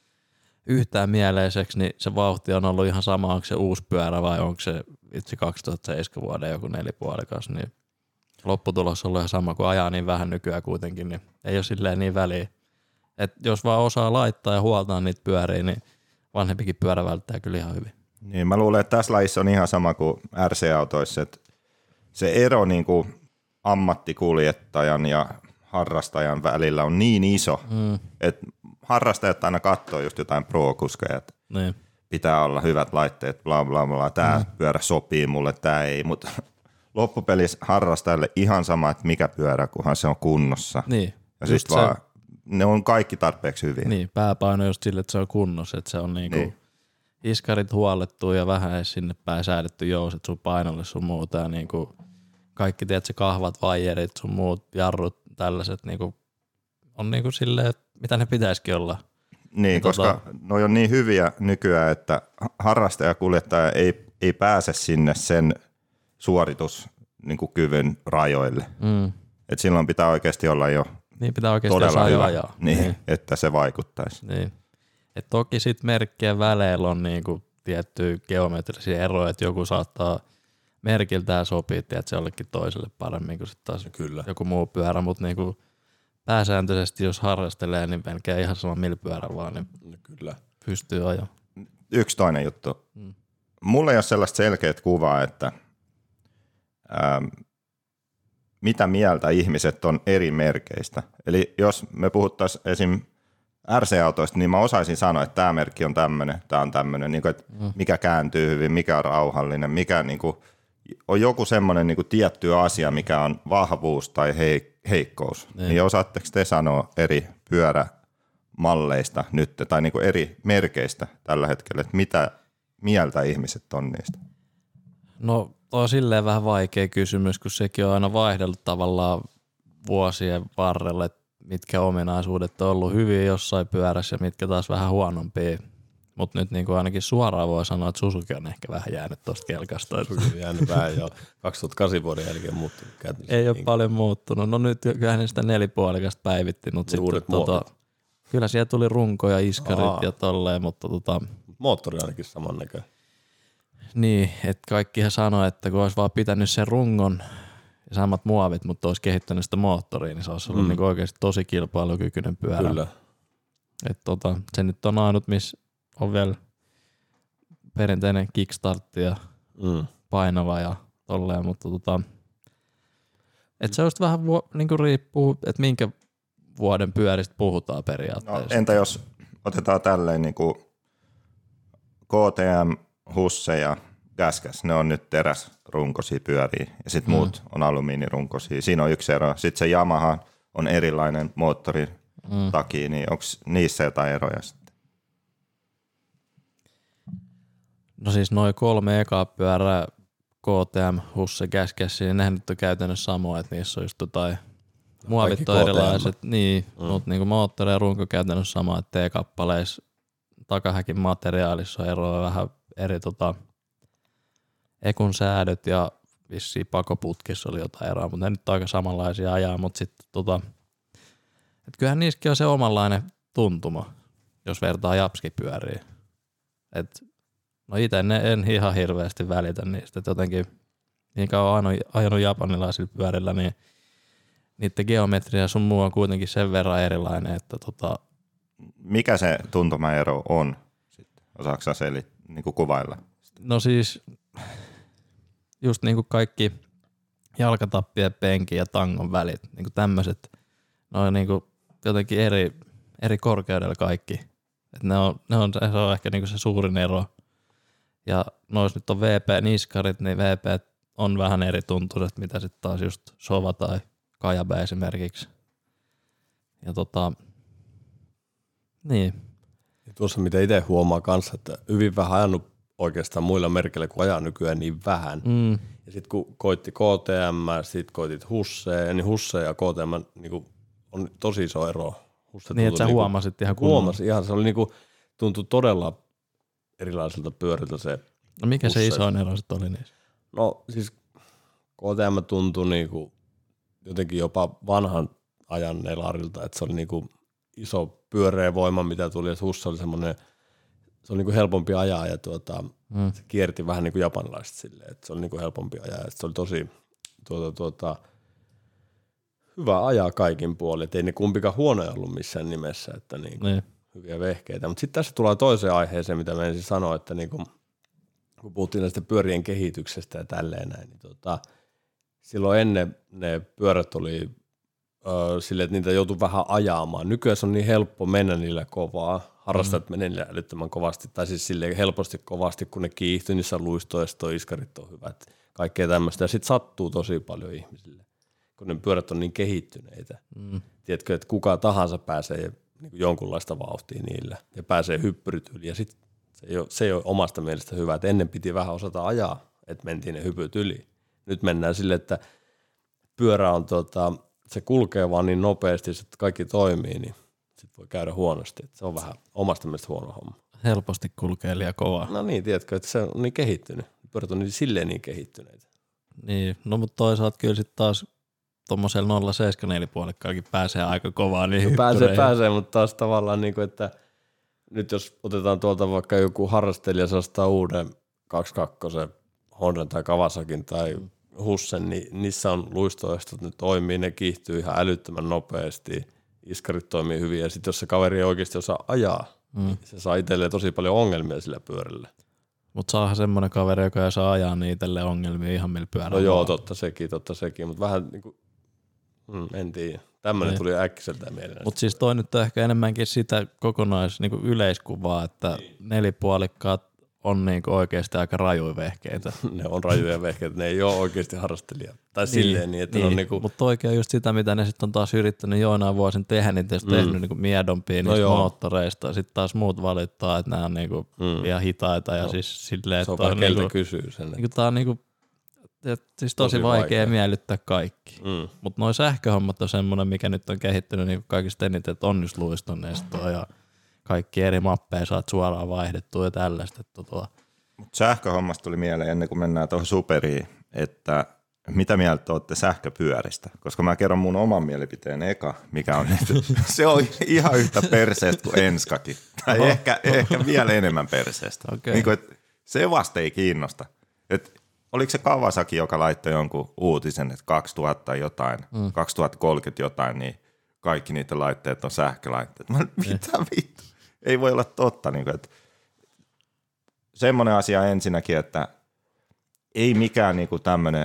yhtään mieleiseksi, niin se vauhti on ollut ihan sama, onko se uusi pyörä vai onko se itse kaksituhattaseitsemän vuoden joku nelipuolikas, niin lopputulos on ollut ihan sama, kun ajaa niin vähän nykyään kuitenkin, niin ei ole silleen niin väliä. Et jos vaan osaa laittaa ja huoltaa niitä pyöriä, niin vanhempikin pyörä välttää kyllä ihan hyvin. Niin, mä luulen, että tässä lajissa on ihan sama kuin R C-autoissa, että se ero niin kuin ammattikuljettajan ja harrastajan välillä on niin iso, mm. että harrastajat aina katsoo just jotain pro-kuskeja, että niin. pitää olla hyvät laitteet, bla bla bla, tämä mm. pyörä sopii mulle, tämä ei, mutta loppupelissä harrastajalle ihan sama, että mikä pyörä, kunhan se on kunnossa. Niin. Ja sitten vaan, ne on kaikki tarpeeksi hyviä. Niin, pääpaino just sille, että se on kunnossa, että se on niinku niin. iskarit huollettu ja vähän edes sinne päin säädetty jouset sun painolle sun muuta ja niinku kaikki tiedät se kahvat, vaijerit, sun muut, jarrut, tällaiset niinku on niinku silleen, että mitä ne pitäisikin olla. Niin, ja koska tota... noi on niin hyviä nykyään, että harrastajakuljettaja ei, ei pääse sinne sen suorituskyvyn rajoille. Mm. Et silloin pitää oikeasti olla jo niin pitää oikeasti todella hyvä, ajaa. Niin, niin. että se vaikuttaisi. Niin. Et toki sitten merkkien väleillä on niinku tiettyjä geometrisia eroja, että joku saattaa merkiltään sopii, että se jollekin toiselle paremmin kuin sitten taas Kyllä. joku muu pyörä, mutta niinku pääsääntöisesti jos harrastelee, niin melkein ihan sama millä pyörä vaan, niin no kyllä. pystyy ajaa. Yksi toinen juttu. Mm. Mulla ei ole sellaista selkeät kuvaa, että ähm, mitä mieltä ihmiset on eri merkeistä. Eli jos me puhuttaisiin esim. R C-autoista, niin mä osaisin sanoa, että tämä merkki on tämmöinen, tämä on tämmöinen, niin kuin, että mm. mikä kääntyy hyvin, mikä on rauhallinen, mikä niin kuin, on joku semmoinen niin kuin tietty asia, mikä on vahvuus tai heik- heikkous. Niin. niin osaatteko te sanoa eri pyörämalleista nyt tai niin kuin eri merkeistä tällä hetkellä, että mitä mieltä ihmiset on niistä? No on silleen vähän vaikea kysymys, kun sekin on aina vaihdellut tavallaan vuosien varrella, että mitkä ominaisuudet on ollut hyviä jossain pyörässä ja mitkä taas vähän huonompia. Mutta nyt niin kuin ainakin suoraan voi sanoa, että Suzuki on ehkä vähän jäänyt tuosta kelkasta. Suzuki on jäänyt vähän jo kaksituhattakahdeksan vuoden jälkeen muuttunut. Ei ole niin paljon muuttunut. No nyt kyllähän sitä nelipuolikasta päivitti. Uudet tota, kyllä siellä tuli runko ja iskarit Aa. ja tolleen, mutta tota, moottori ainakin samannäköinen. Niin, että kaikkihan sanoi, että kun olisi vaan pitänyt sen rungon ja samat muovit, mutta olisi kehittänyt sitä moottoria, niin se olisi ollut mm. niin oikeasti tosi kilpailukykyinen pyörä. Kyllä. Et tota, se nyt on ainut, missä on vielä perinteinen kickstartti ja mm. painava ja tolleen, mutta tota, et se just vähän vu- niinku riippuu, että minkä vuoden pyöristä puhutaan periaatteessa. No, entä jos otetaan tälleen niinku K T M, Husse ja Gasgas, ne on nyt teräsrunkoisia pyöriä ja sitten mm. muut on alumiinirunkoisia. Siinä on yksi ero. Sitten se Yamaha on erilainen moottorin mm. takia, niin onko niissä jotain eroja sitten? No siis noin kolme ekaa pyörää, K T M, Husse, Gasgas, niin nehän nyt on käytännössä samoa, että niissä on just jotain muovit on erilaiset, niin, mm. mutta niinku moottori ja runko käytännössä sama, että T-kappaleissa takahäkin materiaalissa on eroa vähän eri tota, ekun säädöt ja vissiin pakoputkissa oli jotain eroa, mutta ne nyt on aika samanlaisia ajaa, mutta sitten tota, et kyllähän niissäkin on se omanlainen tuntuma, jos vertaa japskipyöriin. Et, no itse ne en ihan hirveästi välitä niistä, että jotenkin niin kauan ajanut, ajanut japanilaisilla pyörillä, niin niiden geometria sun muu on kuitenkin sen verran erilainen, että tota... Mikä se tuntumaero on? Sitten? Osaatko sä selit, niin kuin kuvailla? No siis just niin kuin kaikki jalkatappien, penkin ja tangon välit, niin kuin tämmöiset, ne on niin kuin jotenkin eri, eri korkeudella kaikki. Et ne on, ne on, se on ehkä niin kuin se suurin ero. Ja nois nyt on V P-niskarit, niin V P on vähän eri tuntuiset, mitä sitten taas just Sova tai Kajabe esimerkiksi. Ja tota, niin. Ja tuossa mitä itse huomaa kanssa, että hyvin vähän ajanut oikeastaan muilla merkeillä, kun ajaa nykyään niin vähän. Mm. Ja sitten kun koitti K T M, sitten koitit Hussea, niin Husse ja K T M niin on tosi iso ero. Husse niin, että sä niinku, huomasit ihan kunnolla. Huomasin ihan, se oli niinku, tuntui todella erilaiselta pyöriltä se. No mikä Husse. Se isoin ero sitten oli niissä? No siis K T M tuntui niinku jotenkin jopa vanhan ajan nelarilta, että se oli niinku iso pyöreä voima, mitä tuli, ja Husse oli semmoinen, se oli niinku helpompi ajaa, ja tuota, mm. se kierti vähän niin kuin japanilaiset silleen, että se oli niinku helpompi ajaa, ja se oli tosi tuota, tuota, hyvä ajaa kaikin puolin, että ei ne kumpikaan huonoja ollut missään nimessä, että niinku niin. Hyviä vehkeitä. Mutta sitten tässä tulee toiseen aiheeseen, mitä mä ensin sanoin, että niinku, kun puhuttiin näistä pyörien kehityksestä ja tälleen näin, niin tota, silloin ennen ne pyörät oli ö, silleen, että niitä joutui vähän ajamaan. Nykyään se on niin helppo mennä niillä kovaa, harrastajat mm. menee niillä älyttömän kovasti, tai siis silleen helposti kovasti, kun ne kiihtyy niissä luistoissa, toi iskarit on hyvät. kaikkea tämmöistä. Ja sitten sattuu tosi paljon ihmisille, kun ne pyörät on niin kehittyneitä. Mm. Tiedätkö, että kuka tahansa pääsee niin kuin jonkunlaista vauhtia niillä ja pääsee hyppyrit yli. Ja sitten se ei ole, se ei ole omasta mielestä hyvä, että ennen piti vähän osata ajaa, että mentiin ne hypyt yli. Nyt mennään sille, että pyörä on, tota, se kulkee vaan niin nopeasti, että kaikki toimii, niin sitten voi käydä huonosti. Että se on vähän omasta mielestä huono homma. Helposti kulkee liian kovaa. No niin, tiedätkö, että se on niin kehittynyt. Pyörät on niin silleen niin kehittyneitä. Niin, no mutta toisaalta kyllä sitten taas tuommoisella nolla pilkku seitsemänkymmentäneljä puolikkaakin pääsee aika kovaa niin no pääsee, pääsee, mutta taas tavallaan niin kuin, että nyt jos otetaan tuolta vaikka joku harrastelija saastaa uuden kaksikymmentäkaksi Hondan tai Kawasakin tai Hussen, niin niissä on luistoestot, ne toimii, ne kiihtyy ihan älyttömän nopeasti, iskarit toimii hyvin ja sitten jos se kaveri ei oikeasti osaa ajaa, mm. niin se saa itselleen tosi paljon ongelmia sillä pyörällä. Mutta saahan semmoinen kaveri, joka ei saa ajaa niin itselleen ongelmia ihan millä pyörällä. No joo, totta sekin, totta sekin, mutta vähän niin kuin, mm, en tiedä. Tämmöinen tuli äkkiseltään mieleen. Mutta siis toi nyt on ehkä enemmänkin sitä kokonais niin yleiskuvaa, että niin. Nelipuolikkaat on niin oikeasti aika rajuja vehkeitä. Ne on rajuja vehkeitä, ne ei ole oikeasti harrastelija. Tai niin, silleen niin, että niin. Ne on niinku... Mutta oikein just sitä, mitä ne sitten on taas yrittänyt joinain vuosin tehdä, niin tietysti mm. tehnyt niinku miedompia niistä no moottoreista. Sitten taas muut valittaa, että nämä on niinku mm. ihan hitaita ja no. siis silleen, se on että vaan keltä niinku, kysyy sen. Niinku tää on niinku, et, siis tosi, tosi vaikea, vaikea miellyttää kaikki. Mm. Mutta noi sähköhommat on semmoinen, mikä nyt on kehittynyt niinku kaikista eniten, että on just luistonnestoa ja kaikki eri mappeja saat suoraan vaihdettua ja tällaista. Tota. Mut sähköhommasta tuli mieleen ennen kuin mennään tuohon superiin, että mitä mieltä olette sähköpyöristä? Koska mä kerron mun oman mielipiteen eka, mikä on, se on ihan yhtä perseestä kuin enskakin. Tai Oho. ehkä, ehkä vielä enemmän perseestä. Okay. Niin kuin, se vasta ei kiinnosta. Et oliko se Kawasaki, joka laittoi jonkun uutisen, että kaksituhatta jotain, mm. kaksituhattakolmekymmentä jotain, niin kaikki niitä laitteet on sähkölaitteet. Mä mitä vittu? Ei voi olla totta. Niin kuin, että semmoinen asia ensinnäkin, että ei mikään niin kuin tämmöinen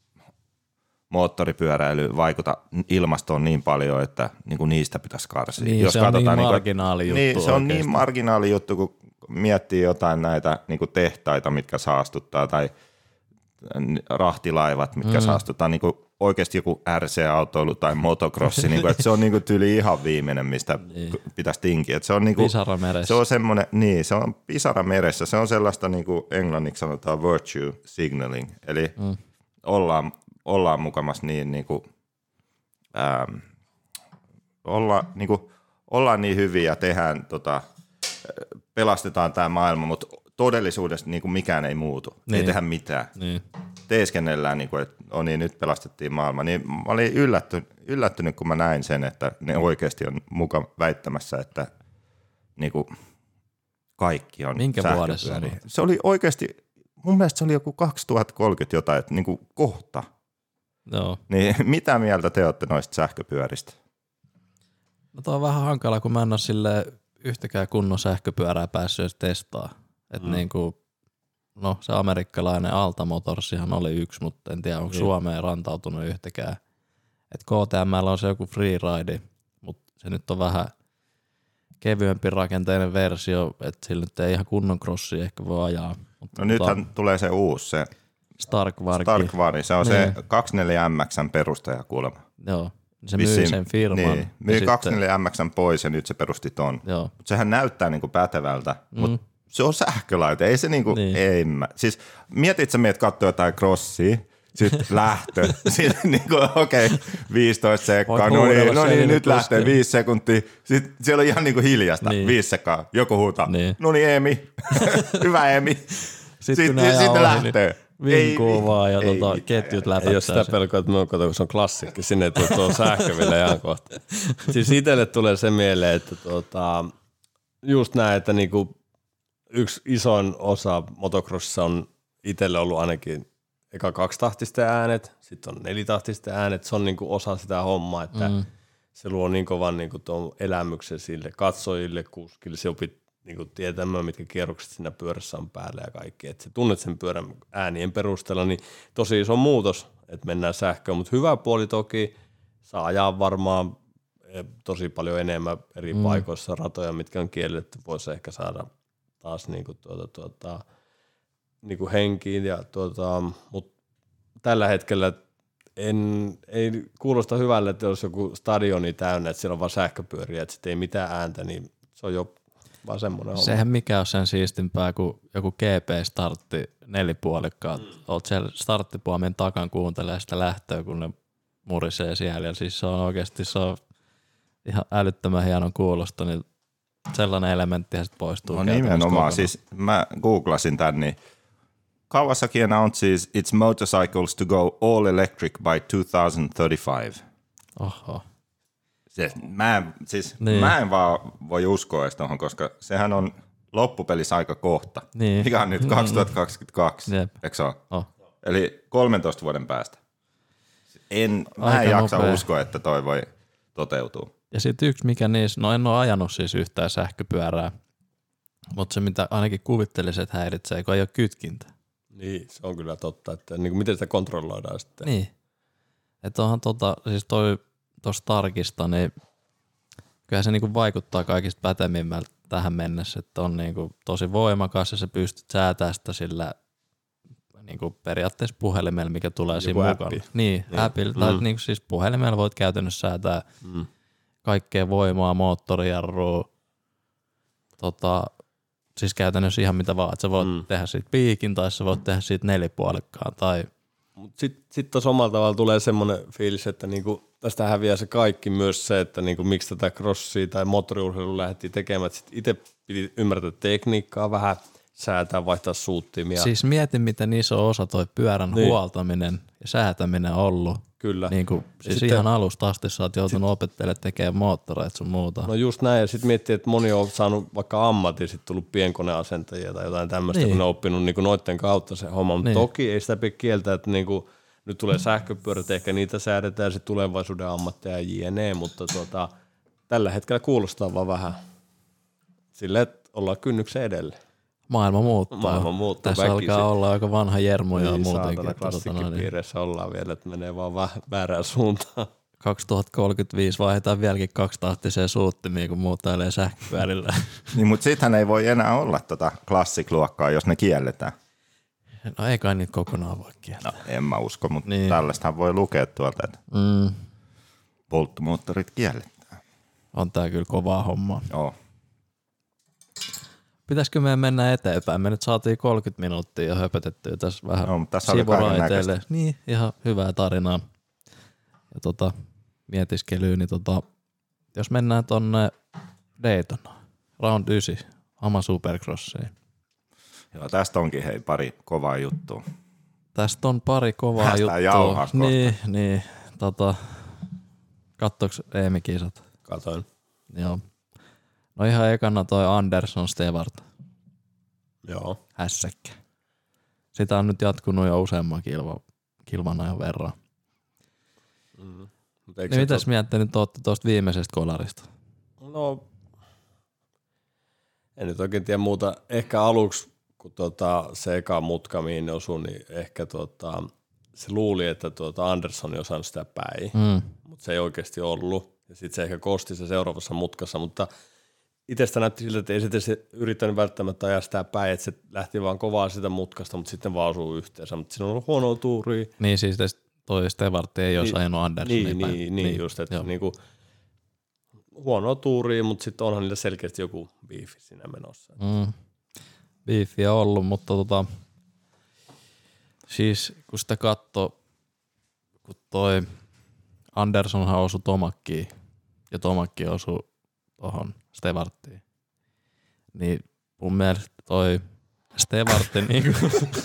moottoripyöräily vaikuta ilmastoon niin paljon, että niin kuin niistä pitäisi karsia. Niin, Jos se on niin marginaali juttu. Niin, se on oikeastaan niin marginaali juttu, kun miettii jotain näitä niin kuin tehtaita, mitkä saastuttaa, tai rahtilaivat, mitkä mm. saastuttaa, niin kuin oikeasti joku R C-autoilu tai motocrossi, niin kuin, että se on niin kuin tyyli ihan viimeinen, mistä niin pitäisi tinkiä. Että se on niin kuin, pisara meressä. Se on semmoinen, niin, se on pisara meressä. Se on sellaista, niin kuin englanniksi sanotaan virtue signaling, eli mm. ollaan, ollaan mukamassa niin, niin kuin, ähm, olla, niin kuin, ollaan niin hyviä ja tehdään, tota, pelastetaan tämä maailma, mutta todellisuudessa niin kuin mikään ei muutu. Niin. Ei tehdä mitään. Niin. Teeskennellään, niin kuin, että oh niin, nyt pelastettiin maailma. Niin mä olin yllättynyt, yllättynyt, kun mä näin sen, että ne oikeasti on mukaan väittämässä, että niin kuin kaikki on minkä vuodessa oli? Se oli oikeasti, mun mielestä se oli joku kaksituhattakolmekymmentä jotain, että niin kuin kohta. Joo. Niin mitä mieltä te olette noista sähköpyöristä? No tuo on vähän hankala, kun mä en ole silleen yhtäkään kunnon sähköpyörää päässyt edes testaa. Että mm. niinku, no se amerikkalainen Alta Motorsihan oli yksi, mutta en tiedä onko mm. Suomeen rantautunut yhtäkään. Että K T M:llä on se joku freeride, mutta se nyt on vähän kevyempi rakenteinen versio, että sillä nyt ei ihan kunnon crossia ehkä voi ajaa. Mutta no nythän tulee se uusi, se Starkvarki. Starkvarki, se on niin se kaksikymmentäneljä M X:n perustaja kuulemma. Joo. Se myy Vissiin, sen firman. Niin, myy kaksikymmentäneljä M X:n pois ja nyt se perusti ton. Mutta sehän näyttää niinku pätevältä, mm. mutta se on sähkölaite, ei se niinku, niin. ei mä. Siis mietit sä meet katsoa jotain crossia, sitten lähtö, sitten niinku okei, okay, viisitoista sekkaa, no niin, no niin nyt lähtee viisi sekuntia, sitten siellä on ihan niinku hiljasta, niin. viisi sekkaa, joku huutaa, niin. no niin Emi, hyvä Emi, sitten, sitten, sitten lähtee. Vinkuu vaan ja tuota, ketjut läpättää. Ei ole sitä pelkoa, että kato, kun se on klassikki, sinne ei tule tuo sähkö vielä ihan kohta. Siis itselle tulee se mieleen, että tuota, just näin, että niinku yksi isoin osa motocrossissa on itselle ollut ainakin eka kaksitahtisten äänet, sitten on nelitahtisten äänet, se on niinku osa sitä hommaa, että mm. se luo niin kovan niinku tuon elämyksen sille katsojille, kuskille, se opit niinku tietämään, mitkä kierrokset siinä pyörässä on päällä ja kaikki, että sä tunnet sen pyörän äänien perusteella, niin tosi iso muutos, että mennään sähköön, mutta hyvä puoli toki, saa ajaa varmaan tosi paljon enemmän eri mm. paikoissa ratoja, mitkä on kielletty, voisi ehkä saada taas niinku tuota, tuota, niinku henkiin, ja tuota, mutta tällä hetkellä en, ei kuulosta hyvälle, että jos joku stadioni täynnä, että siellä on vaan sähköpyöriä, että sitten ei mitään ääntä, niin se on jo vaan semmoinen homma. Sehän mikä on sen siistimpää, kun joku G P-startti nelipuolikkaat. Mm. Olet siellä starttipuomien takan kuuntelee sitä lähtöä, kun ne murisee siellä. Ja siis se on oikeasti se on ihan älyttömän hienon kuulosta, niin sellainen elementti sitten poistuu. No nimenomaan, siis mä googlasin tän, niin Kawasaki announces its motorcycles to go all electric by twenty thirty-five. Oho. Se, mä, en, siis, niin. mä en vaan voi uskoa edes tohon, koska sehän on loppupelissä aika kohta. Niin. Mikä on nyt kaksituhattakaksikymmentäkaksi, Jep. eikö se ole? Oh. Eli kolmentoista vuoden päästä. En, mä en jaksa nopea. uskoa, että toi voi toteutua. Ja sitten yksi mikä niissä, no en ole ajanut siis yhtään sähköpyörää, mutta se mitä ainakin kuvittelisin, että häiritsee, kun ei ole kytkintä. Niin, se on kyllä totta, että niin kuin miten sitä kontrolloidaan sitten. Niin, että onhan tota, siis toi tuossa Starkista, niin kyllä se niinku vaikuttaa kaikista pätemimmältä tähän mennessä, että on niinku tosi voimakas ja sä pystyt säätämään sitä sillä niinku periaatteessa puhelimella, mikä tulee joku siinä appi. Mukana. Niin, niin. Appilla, tai mm. niinku siis puhelimella voit käytännössä säätää mm. kaikkea voimaa, moottorijarrua, tota, siis käytännössä ihan mitä vaan, että sä voit mm. tehdä siitä piikin tai sä voit tehdä siitä nelipuolikkaan tai... Sitten sit tuossa omalla tavalla tulee semmoinen fiilis, että niinku, tästä häviää se kaikki myös se, että niinku, miksi tätä crossia tai moottoriurheilua lähdettiin tekemään. Sitten itse piti ymmärtää tekniikkaa vähän, säätää, vaihtaa suuttimia. Siis mietin, miten iso osa toi pyörän niin. huoltaminen ja säätäminen on ollut. Kyllä. Niin kuin, siis sitten, ihan alusta asti sä oot joutunut sit, opettelemaan tekemään moottoreita sun muuta. No just näin, ja sitten miettii, että moni on saanut vaikka ammatin, sitten tullut pienkoneasentajia tai jotain tämmöistä, niin. kun ne on oppinut niin kuin noitten kautta se homma. Mutta niin. toki ei sitä pidä kieltää, että niin kuin, nyt tulee sähköpyörät, ehkä niitä säädetään sitten tulevaisuuden ammatteja ja jne, mutta tuota, tällä hetkellä kuulostaa vaan vähän silleen, että ollaan kynnyksen edelle. Maailma muuttaa. Maailma muuttaa. Tässä väkisin. alkaa olla aika vanha jermuja niin, muutenkin. Saatana klassikkipiireissä ollaan vielä, että menee vaan väärään suuntaan. kaksituhattakolmekymmentäviisi vaihdetaan vieläkin kaksitahtiseen suuttimiin, kun muutailee sähköpyörillä. Niin, mutta sittenhän ei voi enää olla tota klassikluokkaa, jos ne kielletään. No ei kai niitä kokonaan voi kieltää. No en mä usko, mutta niin. tällaistahan voi lukea tuolta, että mm. polttomoottorit kielletään. On tää kyllä kovaa hommaa. Joo. Pitäisikö meidän mennä eteenpäin? Me nyt saatiin kolmekymmentä minuuttia jo höpötettyä tässä vähän no, tässä sivuraiteille. Niin, ihan hyvää tarinaa. Ja tota, mietiskelyyn, niin tota, jos mennään tonne Daytonaan, round yhdeksän, Ama Supercrossiin. Joo, tästä onkin hei pari kovaa juttua. Tästä on pari kovaa Päästään juttua. jauhaa kohta. Niin, niin. Tota, kattoks Eemi-kisat? Katoin. Joo. No ihan ekana toi Anderson Stewart. Joo. Hässäkkä. Sitä on nyt jatkunut jo useamman kilva, kilvan ajan verran. Mm. Niin mitäs tot... mieltä nyt ootte tuosta viimeisestä kolarista? No, en nyt oikein tiedä muuta. Ehkä aluksi, kun tota, se eka mutka mihin ne osui, niin ehkä tota, se luuli, että tuota Andersson ei osannut sitä päin, mm. mutta se ei oikeasti ollut. Ja sitten se ehkä kosti se seuraavassa mutkassa, mutta itsestä näytti siltä, että ei sitten se yrittänyt välttämättä ajaa sitä päin, että se lähti vaan kovaa sitä mutkasta, mutta sitten vaan osuu yhteensä. Mutta siinä on ollut huonoa tuuria. Niin siis toi Stewart ei olisi niin, ajanut Anderssonin niin, päin. Niin, niin just, että niinku, huonoa tuuria, mutta sitten onhan niillä selkeästi joku biifi siinä menossa. Mm. Biifiä on ollut, mutta tota, siis kun sitä katsoo, kun toi Anderssonhan osui Tomakkiin ja Tomakki osui tuohon Stewartiin, niin mun mielestä toi Stewartti niinku...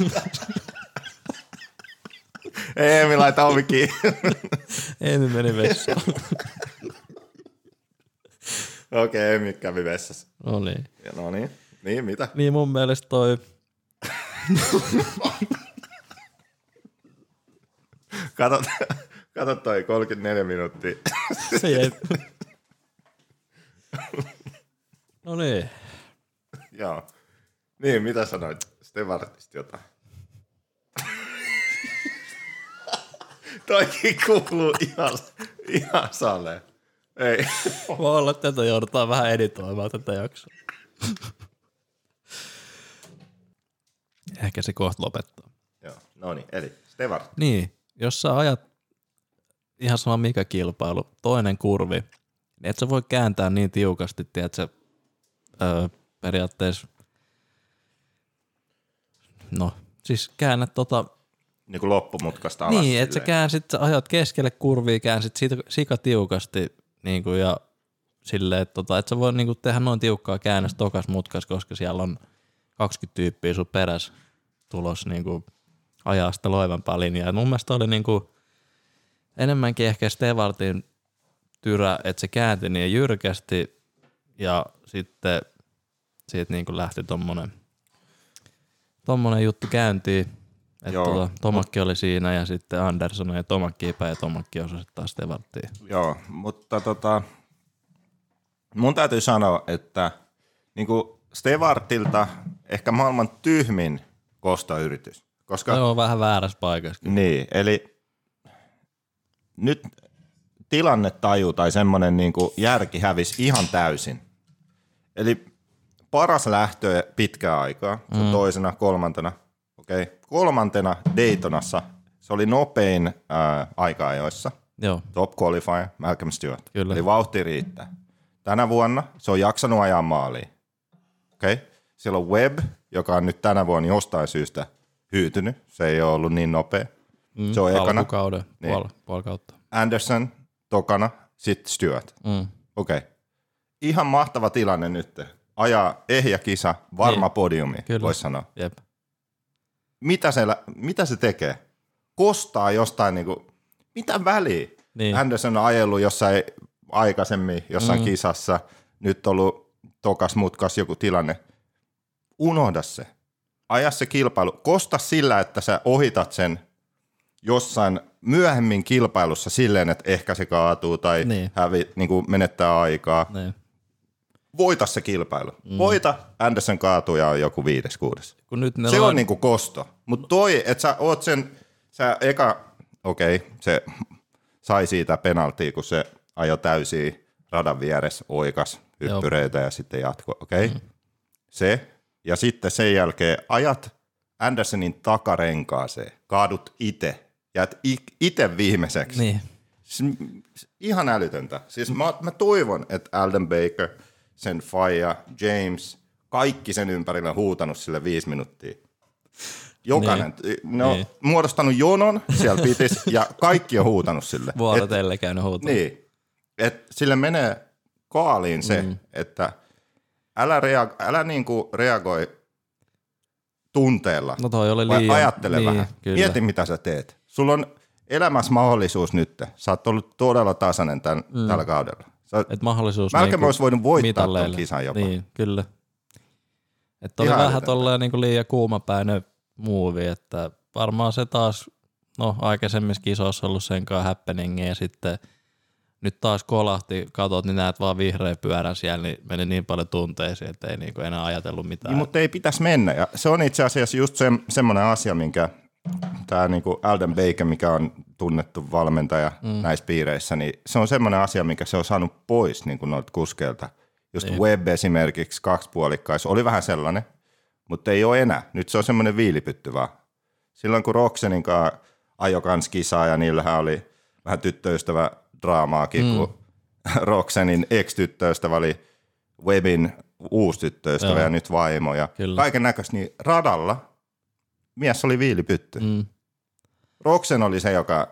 Eemi, laita ovi kiinni. Eemi meni vessaan. Okei, okay, Eemi kävi vessassa. No niin. No niin, niin mitä? Niin mun mielestä toi... Kato, kato toi kolmekymmentäneljä minuuttia. Se jäi... No niin. Joo. Niin, mitä sanoit Stewartista jotain? Toikin kuuluu ihan, ihan saleen. Ei. Voi olla, että tätä joudutaan vähän editoimaan tätä jaksoa. Ehkä se kohta lopettaa. Joo, no niin, eli Stewart. Niin, jos sä ajat ihan sama mikä kilpailu, toinen kurvi, niin et sä voi kääntää niin tiukasti, tiedätkö, öö, periaatteessa, no siis käännät tota, Niin kuin loppumutkasta alas. niin, että sä käänsit, sä ajat keskelle kurvia, käänsit siitä sika tiukasti niin kuin, ja silleen, että tota, et sä voi niin kuin, tehdä noin tiukkaa käännöstä tokas mutkas, koska siellä on kaksikymmentä tyyppiä sun perässä tulos niin kuin, ajaa sitä loivampaa linjaa. Mun mielestä oli niin kuin, enemmänkin ehkä Stewartin tyrä, että se käänti niin jyrkästi ja sitten siitä niin kuin lähti tommonen, tommonen juttu käyntiin. Että tota, Tomakki oli siinä ja sitten Andersson ja Tomakki epä ja Tomakki osasi taas Stewarttiin. Joo, mutta tota, mun täytyy sanoa, että niin kuin Stewartilta ehkä maailman tyhmin kostoyritys. Koska, Joo, vähän väärässä paikassa. Niin, eli nyt tilannetaju tai semmoinen niin kuin järki hävisi ihan täysin. Eli paras lähtö pitkää aikaa, se on mm. toisena, kolmantena. Okei, okay. Kolmantena Daytonassa se oli nopein ää, aika-ajoissa. Joo. Top qualifier, Malcolm Stewart. Kyllä. Eli vauhti riittää. Tänä vuonna se on jaksanut ajaa maaliin. Okei. Okay. Siellä on Webb, joka on nyt tänä vuonna jostain syystä hyytynyt. Se ei ole ollut niin nopea. Mm, se on ekana. Alkukauden, niin. puol, puol kautta. Anderson tokana, sitten Stewart. Mm. Okei. Okay. Ihan mahtava tilanne nyt. Ajaa ehjä kisa, varma niin. podiumi, voisi sanoa. Jep. Mitä se, mitä se tekee? Kostaa jostain, niinku, mitä väliä? Niin. Anderson on ajellut jossain aikaisemmin, jossain mm. kisassa, nyt on ollut tokas mutkas joku tilanne. Unohda se. Aja se kilpailu. Kosta sillä, että sä ohitat sen jossain myöhemmin kilpailussa silleen, että ehkä se kaatuu tai niin. hävi, niinku menettää aikaa. Niin. Voita se kilpailu. Mm. Voita, Anderson kaatuu ja on joku viides, kuudes. Kun nyt se on on niinku kosto. Mutta toi, että sä oot sen, sä eka, okei, okay, se sai siitä penaltia, kun se ajoi täysiä radan vieressä, oikas hyppyreitä ja sitten jatko, okei. Okay. Mm. Se, ja sitten sen jälkeen ajat Andersonin takarenkaaseen, kaadut itse, jäät itse viimeiseksi. Niin. Ihan älytöntä. Siis mä, mä toivon, että Alden Baker, sen faija, James, kaikki sen ympärillä on huutanut sille viisi minuuttia. Jokainen. Niin. Ne on niin. muodostanut jonon siellä pitis ja kaikki on huutanut sille. Vuorotelle käynyt huutanut. Niin. Että sille menee kaaliin se, mm. että älä, rea- älä niinku reagoi tunteella. No toi oli liian. Ajattele niin, vähän. Kyllä. Mieti, mitä sä teet. Sulla on elämässä mahdollisuus nyt. Sä oot ollut todella tasainen tämän, mm. tällä kaudella. Sä, Et mahdollisuus Malcolm niinku olisi voinut voittaa ton kisan jopa. Niin, kyllä. Että oli vähän tolleen niinku liian kuumapäinen muuvi, että varmaan se taas, no aikaisemmissa kisoissa ollut senkaan happeningia ja sitten nyt taas kolahti, katot, niin näet vaan vihreä pyörän siellä, niin meni niin paljon tunteisiin, että ei niinku enää ajatellut mitään. Niin, mutta ei pitäisi mennä. Ja se on itse asiassa just se, semmoinen asia, minkä tämä niinku Alden Baker, mikä on tunnettu valmentaja mm. näissä piireissä, niin se on semmoinen asia, minkä se on saanut pois niin noilta kuskeilta. Just niin. Webb esimerkiksi kaksipuolikkaissa oli vähän sellainen, mutta ei ole enää. Nyt se on semmoinen viilipytty vaan. Silloin kun Roxenin kanssa ajoi kans kisaa ja niillähän oli vähän tyttöystävä draamaakin, mm. kun Roxenin ex-tyttöystävä oli Webbin uusi tyttöystävä Joo. ja nyt vaimo ja kaiken näköistä, niin radalla mies oli viilipytty. Mm. Roxen oli se, joka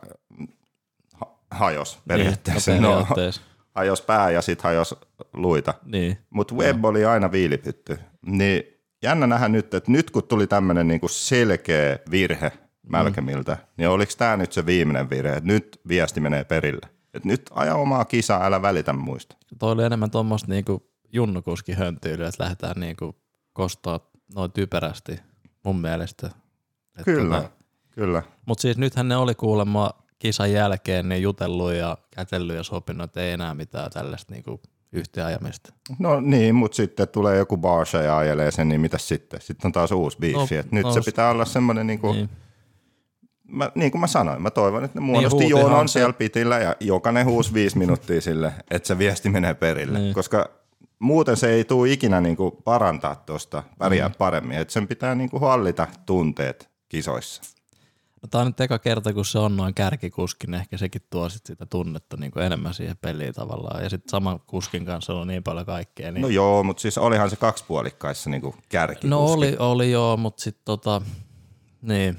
hajosi periaatteessa. Niin, no, periaatteessa. No, hajosi pää ja sitten hajosi luita. Niin. Mutta Webb no. oli aina viilipytty. Niin jännä nähdä nyt, että nyt kun tuli tämmöinen niinku selkeä virhe Malcolmilta, mm. niin oliko tämä nyt se viimeinen virhe, että nyt viesti menee perille. Että nyt aja omaa kisaa, älä välitä muista. Toi oli enemmän tuommoista niinku junnukuski höntyylyä, että lähdetään niinku kostaa noin typerästi mun mielestä. Et kyllä, tota, kyllä. Mutta siis nythän ne oli kuulemma kisan jälkeen niin jutellut ja kätellyt ja sopinut, että ei enää mitään tällaista niinku yhteenajamista. No niin, mutta sitten tulee joku Barsha ja ajelee sen, niin mitä sitten? Sitten on taas uusi biifi. No, nyt no, se pitää olla semmoinen, niin kuin, niin. Mä, niin kuin mä sanoin, mä toivon, että ne muodosti niin, jonon siellä pitillä ja jokainen huusi viisi minuuttia sille, että se viesti menee perille. Niin. Koska muuten se ei tule ikinä niin kuin parantaa tuosta, pärjää mm. paremmin. Että sen pitää niin kuin hallita tunteet kisoissa. No, tää on nyt eka kerta, kun se on noin kärkikuski, niin ehkä sekin tuo sit sitä tunnetta niin kuin enemmän siihen peliin tavallaan. Ja sitten saman kuskin kanssa on niin paljon kaikkea. Niin... No joo, mutta siis olihan se kaksipuolikkaissa niin kuin kärkikuski. No oli, oli joo, mutta sitten tota, niin.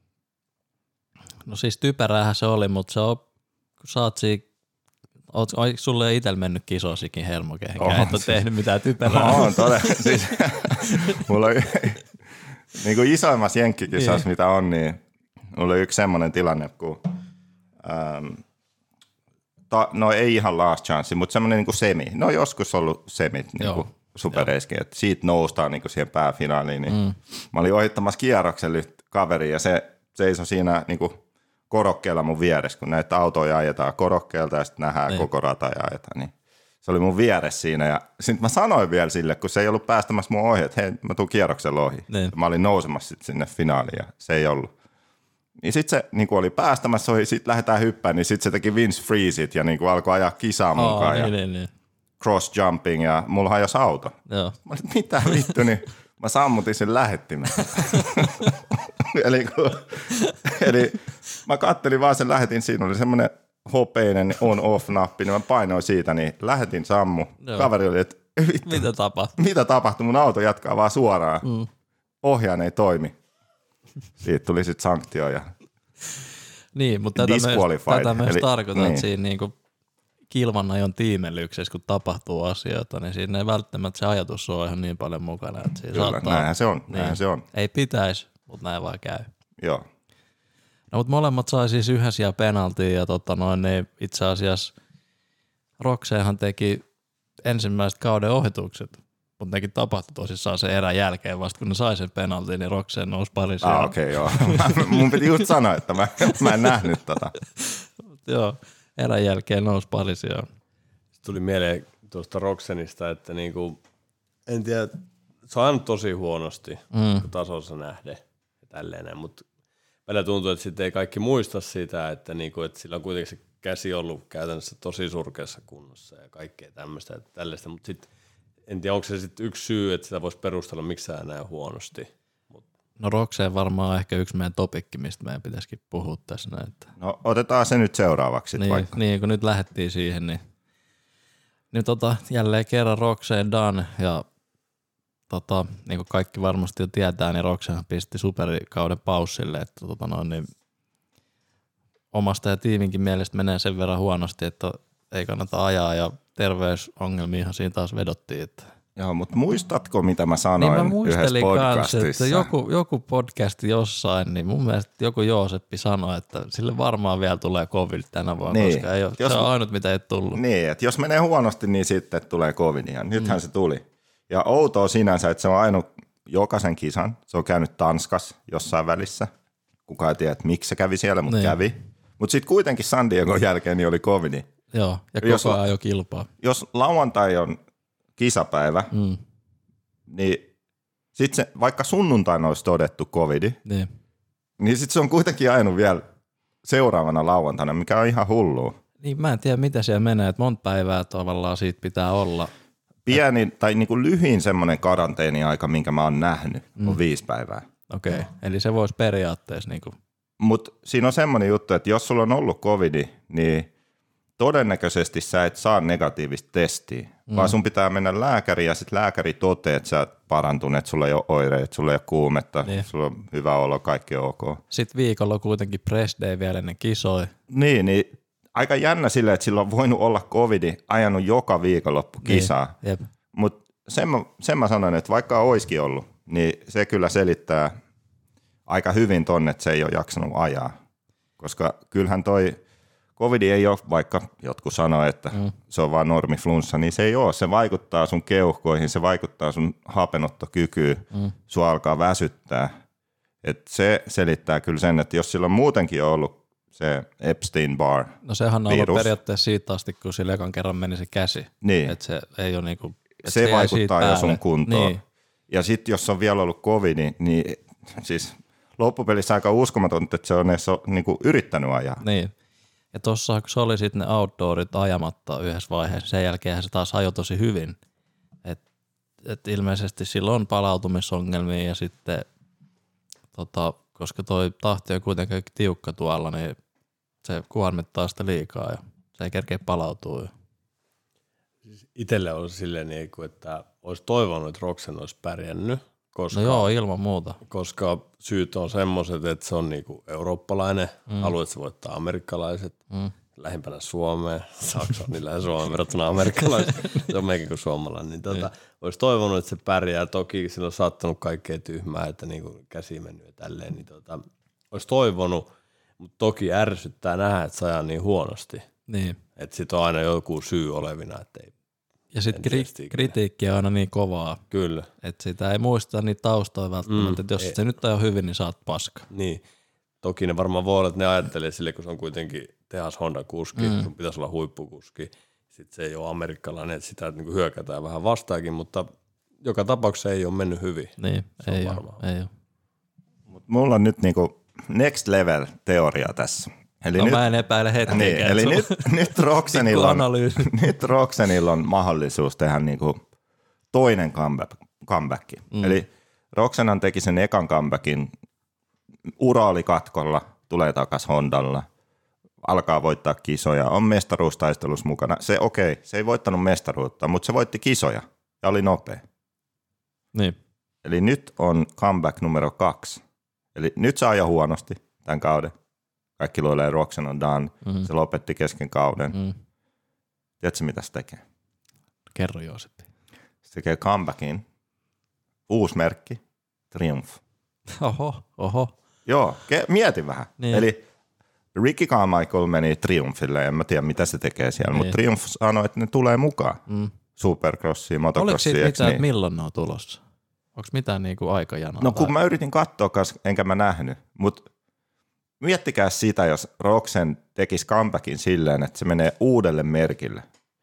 No siis typeräähän se oli, mutta se on, kun sä oot siinä, oot, oot sulle itsellä mennyt kisosikin helmokehenkään, et ole siis tehnyt mitään typerää. No on todella, siis mulla on niin kuin isoimmassa jenkkikisassa, mitä on, niin mulla oli yksi semmoinen tilanne, kun ähm, ta, no ei ihan last chance, mutta semmoinen niin kuin semi. No joskus ollut semit niin kuin superreiskin, että siitä noustaan niin kuin siihen pääfinaaliin. Niin mm. Mä olin ohittamassa kierroksella kaveri ja se seisoi siinä niin kuin korokkeella mun vieressä, kun näitä autoja ajetaan korokkeelta ja sitten nähdään niin koko rata ja ajetaan. Niin se oli mun vieressä siinä ja sitten mä sanoin vielä sille, kun se ei ollut päästämässä mun ohi, että hei, mä tuun kierroksella ohi. Niin. Mä olin nousemassa sit sinne finaaliin ja se ei ollut. Niin sitten se niin oli päästämässä ohi, sitten lähdetään hyppään, niin sitten se teki Vince Freezeit ja niin ajaa ajaa kisaa mukaan. Oh, niin, ja niin, niin. Cross jumping ja mulla hajosi auto. Joo. Mä olin, mitä vittu, niin mä sammutin sen lähettimen. eli, kun, eli mä kattelin vaan sen lähetin, siinä oli semmoinen hopeinen on-off-nappi, niin mä painoin siitä, niin lähetin sammu. Joo. Kaveri oli, että vittu, mitä tapahtui? Mitä tapahtui? Mun auto jatkaa vaan suoraan. Mm. Ohjaan ei toimi. Siitä tuli sitten sanktio ja niin, mutta tätä myös, tätä myös eli, tarkoitan, niin. että siinä niinku kilvanajon tiimellyksessä, kun tapahtuu asioita, niin siinä ei välttämättä se ajatus ole ihan niin paljon mukana. Että siinä Kyllä, saattaa, näinhän se on. Niin, näinhän se on. Ei pitäisi, mutta näin vaan käy. Joo. No, mutta molemmat sai siis yhdessä penaltiin ja tota noin, niin itse asiassa Roxehan teki ensimmäiset kauden ohitukset, mutta nekin tapahtui tosissaan sen erän jälkeen vasta, kun ne sai sen penaltiin, niin Roxeen nousi pari siellä. Ah, okei, okay, joo. Mun piti just sanoa, että mä, mä en nähnyt tota. Joo, erän jälkeen nousi pari siellä. Sitten tuli mieleen tuosta Roxenista, että niinku, en tiedä, se on aina tosi huonosti mm. tasossa nähden ja tälleen, mutta välillä tuntuu, että sitten ei kaikki muista sitä, että, niinku, että sillä on kuitenkin se käsi ollut käytännössä tosi surkeassa kunnossa ja kaikkea tämmöistä ja tällaista, mutta sitten en tiedä, onko se sitten yksi syy, että sitä voisi perustella, miksi sä näe huonosti. Mut. No Roxeen varmaan ehkä yksi meidän topikki, mistä meidän pitäisikin puhua tässä. Että. No otetaan se nyt seuraavaksi niin, vaikka. Niin, kun nyt lähdettiin siihen, niin, niin tota, jälleen kerran Roxeen done ja tota, niin kuin kaikki varmasti jo tietää, niin Roxeen pisti superikauden paussille, että tota noin, niin omasta ja tiiminkin mielestä menee sen verran huonosti, että ei kannata ajaa ja terveysongelmiahan siinä taas vedottiin. Että. Joo, mutta muistatko, mitä mä sanoin niin mä yhdessä podcastissa? Kans, että joku, joku podcasti jossain, niin mun mielestä joku Jooseppi sanoi, että sille varmaan vielä tulee covid tänä vuonna, niin, koska ei ole, jos, se on ainut, mitä ei tullut. Niin, että jos menee huonosti, niin sitten tulee covid. Ja nythän mm. se tuli. Ja outoa sinänsä, että se on ainut jokaisen kisan. Se on käynyt Tanskassa jossain välissä. Kukaan ei tiedä, että miksi se kävi siellä, mutta niin kävi. Mutta sitten kuitenkin San Diegon jälkeen niin oli covid. Joo, ja koko jos, ajan jo kilpaa. Jos lauantai on kisapäivä, mm. niin sitten se, vaikka sunnuntaina olisi todettu covidi, niin, niin sitten se on kuitenkin ainut vielä seuraavana lauantaina, mikä on ihan hullua. Niin mä en tiedä, mitä siellä menee, että monta päivää tavallaan siitä pitää olla. Pieni tai niin kuin lyhin semmoinen karanteeniaika, minkä mä oon nähnyt, mm. on viisi päivää. Okei, okay. Eli se voisi periaatteessa niin kuin. Mutta siinä on semmoinen juttu, että jos sulla on ollut covidi, niin todennäköisesti sä et saa negatiivista testiä, mm. vaan sun pitää mennä lääkäriin ja sitten lääkäri toteaa, että sä oot parantunut, että sulla ei ole oireita, että sulla ei ole kuumetta, niin sulla on hyvä olo, kaikki on ok. Sitten viikolla on kuitenkin press day vielä ennen kisoi. Niin, niin aika jännä silleen, että sillä on voinut olla covidi, ajanut joka viikonloppu kisaa. Niin, mutta sen, sen mä sanon, että vaikka olisikin ollut, niin se kyllä selittää aika hyvin tonne, että se ei ole jaksanut ajaa. Koska kyllähän toi covid ei ole, vaikka jotkut sanoo, että mm. se on vaan normiflunssa, niin se ei ole. Se vaikuttaa sun keuhkoihin, se vaikuttaa sun hapenottokykyyn, mm. sua alkaa väsyttää. Et se selittää kyllä sen, että jos sillä on muutenkin ollut se Epstein-Barr no sehän on virus, ollut periaatteessa siitä asti, kun sillä ekan kerran meni se käsi. Niin. Että se ei ole niinku, se, se vaikuttaa jo sun kuntoon. Niin. Ja sitten jos on vielä ollut covid, niin siis loppupelissä aika uskomatonta, että se on edes niinku yrittänyt ajaa. Niin. Ja tuossa kun se oli sitten ne outdoorit ajamatta yhdessä vaiheessa, sen jälkeen se taas ajoi tosi hyvin. Et, et ilmeisesti sillä on palautumisongelmia ja sitten tota, koska toi tahti on kuitenkin tiukka tuolla, niin se kuormittaa sitä liikaa ja se ei kerkeä palautua. Siis itselle on silleen, että olisi toivonut, että Roxen olisi pärjännyt. Koska, no joo, ilman muuta. Koska syyt on semmoiset, että se on niinku eurooppalainen, mm. alue, että se voittaa amerikkalaiset, mm. lähimpänä Suomeen, Saksa on niin lähes Suomeen verrattuna amerikkalaiset, se on meikin kuin suomalainen, niin tota, olisi toivonut, että se pärjää, toki sillä on saattanut kaikkea tyhmää, että niinku käsi mennyt ja tälleen, niin tota, olisi toivonut, mutta toki ärsyttää nähdä, että se ajaa niin huonosti, niin. että sitten on aina joku syy olevina, että ei. Ja sitten kri- kritiikki on aina niin kovaa, kyllä. Että sitä ei muista niitä taustoja välttämättä, mm, että jos ei. Se nyt on hyvin, niin saat paska. Niin, toki ne varmaan voi olla, että ne ajattelee sille, kun se on kuitenkin tehas Honda-kuski, mm. sun pitäisi olla huippukuski, sitten se ei ole amerikkalainen, että sitä niin hyökätään vähän vastaakin, mutta joka tapauksessa ei ole mennyt hyvin. Niin, se ei ole, ei ole. Mut mulla on nyt niinku next level teoria tässä. Eli no nyt, mä en epäile hetkeäkään. Niin, eli nyt, nyt, Roxenilla on, nyt Roxenilla on mahdollisuus tehdä niinku toinen comeback. comeback. Mm. Eli Roxenhan teki sen ekan comebackin, ura oli katkolla, tulee takas Hondalla, alkaa voittaa kisoja, on mestaruustaistelussa mukana. Se okei, okay, se ei voittanut mestaruutta, mutta se voitti kisoja ja oli nopea. Niin. Eli nyt on comeback numero kaksi. Eli nyt se ajaa huonosti tämän kauden. Kaikki luulee, Roxen on done. Mm-hmm. Se lopetti kesken kauden. Mm. Tiedätkö, mitä se tekee? Kerro Jooseppi. Se tekee comebackin. Uusi merkki. Triumph. Oho, oho. Joo, ke- mieti vähän. Niin. Eli Ricky Carmichael meni Triumphille, en mä tiedä mitä se tekee siellä, niin. Mutta Triumph sanoi, että ne tulee mukaan. Mm. Supercrossiin, motocrossiin. Oliko siitä mitään, niin? Milloin ne on tulossa? Onko mitään niinku aikajanoa? No kun vai? Mä yritin katsoa, enkä mä nähnyt, mutta miettikää sitä, jos Roxen tekisi comebackin silleen, että se menee uudelle merkille.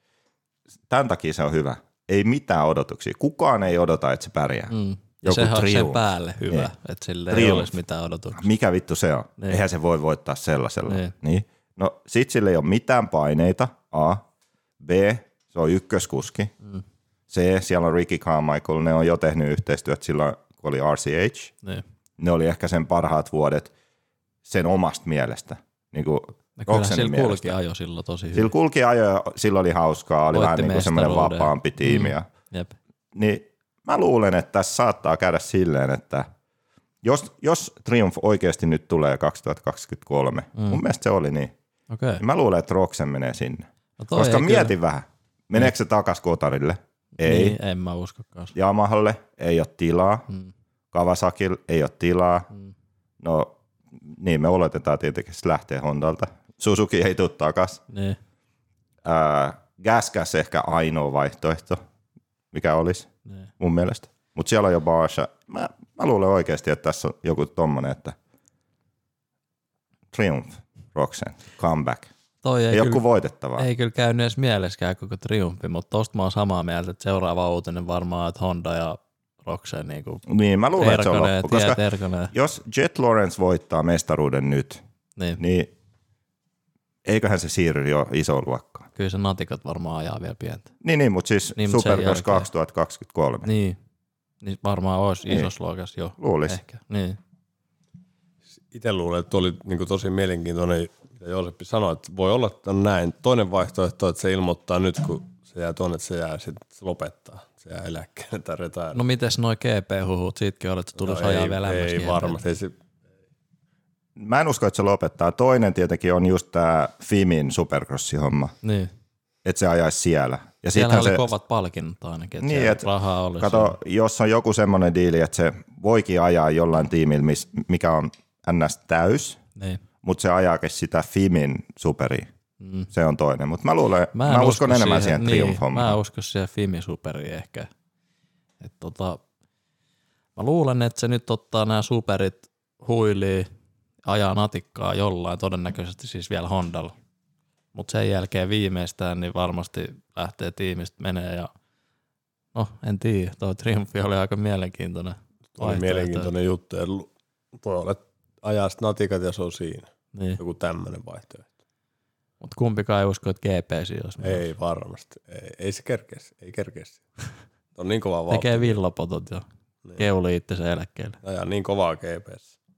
Tämän takia se on hyvä. Ei mitään odotuksia. Kukaan ei odota, että se pärjää. Mm. Ja joku sehän on sen päälle hyvä, niin. Että sille Triumph. Ei olisi mitään odotuksia. Mikä vittu se on? Niin. Eihän se voi voittaa sellaisella. Niin. Niin. No sit sille ei ole mitään paineita, A. B. Se on ykköskuski. Mm. C. Siellä on Ricky Carmichael. Ne on jo tehnyt yhteistyöt silloin, kun oli R C H. Niin. Ne oli ehkä sen parhaat vuodet sen omasta mielestä. Niin kuin kyllä sillä kulki ajo silloin tosi hyvin. Sillä kulki ajo ja silloin oli hauskaa. Oli Voitti vähän niin kuin semmoinen vapaampi tiimi. Mm. Jep. Niin mä luulen, että tässä saattaa käydä silleen, että jos, jos Triumph oikeasti nyt tulee kaksituhattakaksikymmentäkolme, mm. mun mielestä se oli niin. Okay. Niin mä luulen, että Roxen menee sinne. No koska mieti kyllä. vähän, meneekö se takas Kotarille? Ei. Niin, en mä uskokaan. Yamahalle ei ole tilaa. Mm. Kawasakille ei ole tilaa. Mm. No niin, me oletetaan tietenkin, että se lähtee Hondalta. Suzuki ei tule takas. Niin. Äh, Gasgas ehkä ainoa vaihtoehto, mikä olisi niin. mun mielestä. Mutta siellä on jo Barsha. Mä, mä luulen oikeasti, että tässä on joku tommonen, että Triumph, Roxen, comeback. Toi ei, ei joku voitettavaa. Ei kyllä käynyt edes mieleskään koko Triumphi, mutta tosta mä oon samaa mieltä, että seuraava uutinen varmaan, että Honda ja Roxen niinku niin, mä luulen, että se on loppu, koska terkonee. Jos Jet Lawrence voittaa mestaruuden nyt, niin. niin eiköhän se siirry jo isoon luokkaan. Kyllä se natikat varmaan ajaa vielä pientä. Niin, niin mutta siis niin, Supercross kaksituhattakaksikymmentäkolme. Niin, niin varmaan olisi niin. Isossa luokassa jo. Luulisi. Ehkä, niin. Itse luulen, että oli niin tosi mielenkiintoinen, mitä Jooseppi sanoi, että voi olla, että on näin. Toinen vaihtoehto, että se ilmoittaa nyt, kun se jää tuonne, että se jää sitten lopettaa. Se jää eläkkeelle tai retire. No mites noi G P-huhut? Siitäkin olet, että se tulisi no ajaa vielä Ei, ei varmasti. Se... Mä en usko, että se lopettaa. Toinen tietenkin on just tämä Fimin Supercrossi-homma. Niin. Että se ajaisi siellä. Ja siellä oli se... kovat palkinnot ainakin, että niin, et, rahaa olisi. Kato, jos on joku semmoinen diili, että se voikin ajaa jollain tiimillä, mikä on ns. Täys, niin. Mutta se ajaakin sitä Fimin Superia. Mm. Se on toinen, mutta mä luulen, mä, mä uskon usko enemmän siihen, siihen Triumph-hommaan. Mä uskon siihen Fimi Superiin ehkä. Et tota, mä luulen, että se nyt ottaa nämä superit huiliin, ajaa natikkaa jollain, todennäköisesti siis vielä Hondalla. Mutta sen jälkeen viimeistään niin varmasti lähtee tiimistä menee ja no en tiedä, toi Triumphi oli aika mielenkiintoinen. Oli mielenkiintoinen juttu, voi olla, että ajaa sitten natikat ja se on siinä. Niin. Joku tämmöinen vaihtoehto. Mutta kumpikaan ei usko, että G P C olisi. Ei varmasti. Ei, ei se kerkeäisi. Ei kerkeäisi. On niin kovaa vauhtia. Tekee villapotot ja niin. Keuli itsensä eläkkeelle. Ajaa niin kovaa G P S.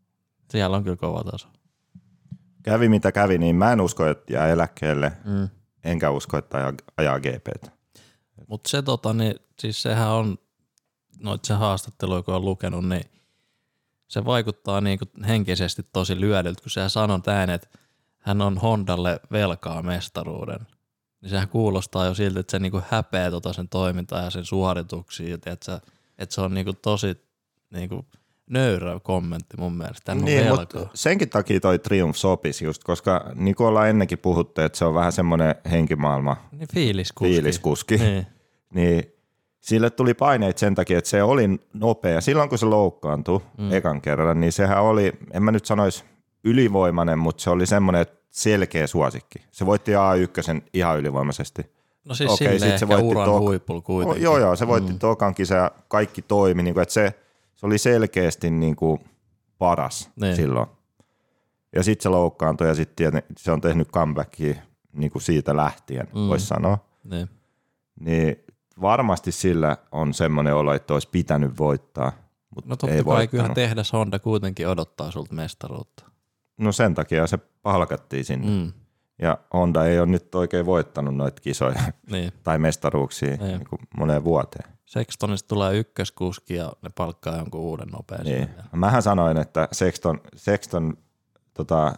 Siellä on kyllä kova taso. Kävi mitä kävi, niin mä en usko, että jää eläkkeelle, Mm. enkä usko, että ajaa, ajaa G P:tä. Mutta se tota, niin, siis sehän on, noita se haastatteluja kun on lukenut, niin se vaikuttaa niinku henkisesti tosi lyödyltä, kun sehän sanoo näin, että hän on Hondalle velkaa mestaruuden. Niin sehän kuulostaa jo siltä, että se niinku häpeää tota sen toimintaa ja sen suorituksia, että et se on niinku tosi niinku nöyrä kommentti mun mielestä. Tän Niin, on mutta senkin takia toi Triumph sopisi just, koska niin kuin ollaan ennenkin puhuttu, että se on vähän semmoinen henkimaailma niin fiiliskuski. fiiliskuski. Niin. Niin sille tuli paineita sen takia, että se oli nopea. Silloin kun se loukkaantui mm. ekan kerran, niin sehän oli, en mä nyt sanoisi ylivoimainen, mutta se oli semmoinen selkeä suosikki. Se voitti A yksi ihan ylivoimaisesti. No siis Okei, silleen sit ehkä se voitti uran tok- huipulla kuitenkin. Joo, joo, se voitti Mm. tokan kisan ja kaikki toimi. Niin kuin, että se, se oli selkeästi niin kuin paras Niin. silloin. Ja sitten se loukkaantui ja sitten se on tehnyt comebackia niin kuin siitä lähtien, Mm. voisi sanoa. Niin. Niin varmasti sillä on semmoinen olo, että olisi pitänyt voittaa, mutta No totta ei kai kyllähän voittanut. tehdas Honda kuitenkin odottaa sulta mestaruutta. No sen takia se palkattiin sinne. Mm. Ja Honda ei ole nyt oikein voittanut noita kisoja Niin. tai mestaruuksia niin kuin moneen vuoteen. Sextonista tulee ykköskuski ja ne palkkaa jonkun uuden nopean. Niin. Mähän sanoin, että Sexton, Sexton tota,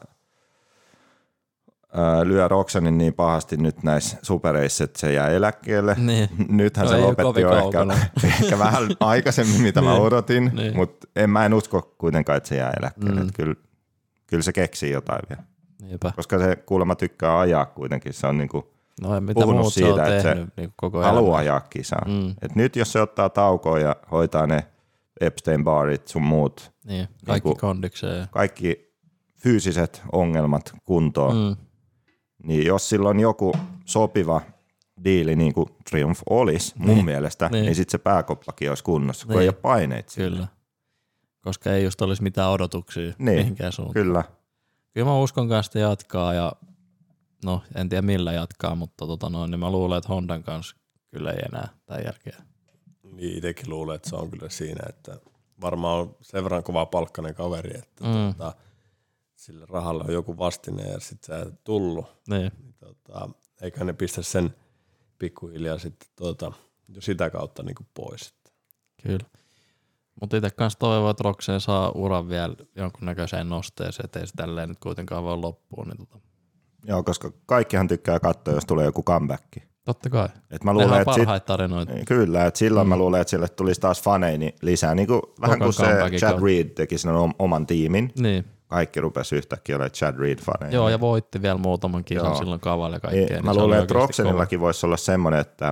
ää, lyö Roxanin niin pahasti nyt näissä supereissa, että se jää eläkkeelle. Niin. Nythän No se ei ole lopetti kovin jo ehkä, kaukana. ehkä vähän aikaisemmin, mitä mä Niin. odotin, Niin. mutta en, mä en usko kuitenkaan, että se jää eläkkeelle. Mm. Mm. Kyllä, kyllä se keksii jotain vielä, Niinpä. koska se kuulemma tykkää ajaa kuitenkin. Se on niinku No en mitä puhunut muut siitä, se on että se tehnyt niin koko haluaa elämä. ajaa kisaa. Mm. Et nyt jos se ottaa taukoa ja hoitaa ne Epstein-baarit sun muut, Niin, kaikki Niinku- kondikseen. kaikki fyysiset ongelmat kuntoon, mm. Mm. niin jos sillä on joku sopiva diili, niin kuin Triumph olisi mun Niin. mielestä, Niin. niin sitten se pääkoppakin olisi kunnossa, kun Niin. ei ole paineita sille. Kyllä. Koska ei just olisi mitään odotuksia Niin, mihinkään suuntaan. Kyllä. Kyllä mä uskon kanssa, että jatkaa ja no en tiedä millä jatkaa, mutta tota noin, niin mä luulen, että Hondan kanssa kyllä ei enää tämän jälkeen. Niin itsekin luulen, että se on kyllä siinä, että varmaan on sen verran kova palkkainen kaveri, että Mm. tota, sille rahalle on joku vastine ja sitten se ei tullut. Niin. Niin, tota, eikä ne pistä sen pikkuhiljaa sitten tota, jo sitä kautta niin kuin pois. Kyllä. Mutta itse kanssa toivon, että Roxen saa uran vielä jonkunnäköiseen nosteeseen, ettei se tälleen nyt kuitenkaan voi loppuun. Niin tota. Joo, koska kaikkihan tykkää katsoa, jos tulee joku comeback. Totta kai. Et mä Nehän luulen, on että sit, parhaita tarinoita. kyllä, että silloin Mm. mä luulen, että sille tulisi taas faneja niin lisää. Niin kuin, vähän kuin se comebackin Chad kautta. Reed teki sen om- oman tiimin. Niin. Kaikki rupesi yhtäkkiä olemaan Chad Reed-faneja. Joo, ja voitti vielä muutaman kisan Joo. silloin kavalla ja kaikkea. Niin, Niin mä se luulen, oli että oikeasti Roxanillakin voisi olla semmoinen, että,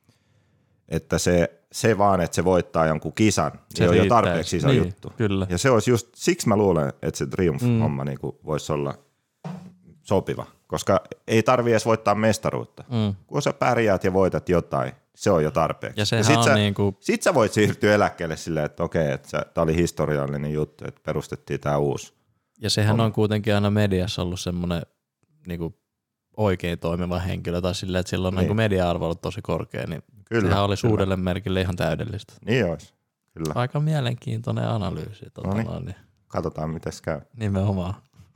että se, se vaan, että se voittaa jonkun kisan, se, Se on jo riittää. tarpeeksi iso Niin, juttu. kyllä. Ja se olisi just, siksi mä luulen, että se Mm. Triumph-homma niin voisi olla sopiva, koska ei tarvitse edes voittaa mestaruutta. Mm. Kun sä pärjäät ja voitat jotain, se on jo tarpeeksi. Ja sehän sit on sä, niinku- sit sä voit siirtyä eläkkeelle silleen, että okei, että tämä oli historiallinen juttu, että perustettiin tämä uusi. Ja sehän on kuitenkin aina mediassa ollut semmoinen niinku oikein toimiva henkilö, tai silleen, että sillä on Niin. niinku media-arvo ollut tosi korkea, niin Kyllä, sehän oli kyllä. suudelle merkille ihan täydellistä. Niin olisi, kyllä. Aika mielenkiintoinen analyysi. Tota Noniin. noin, niin Katsotaan, miten se käy. nimenomaan.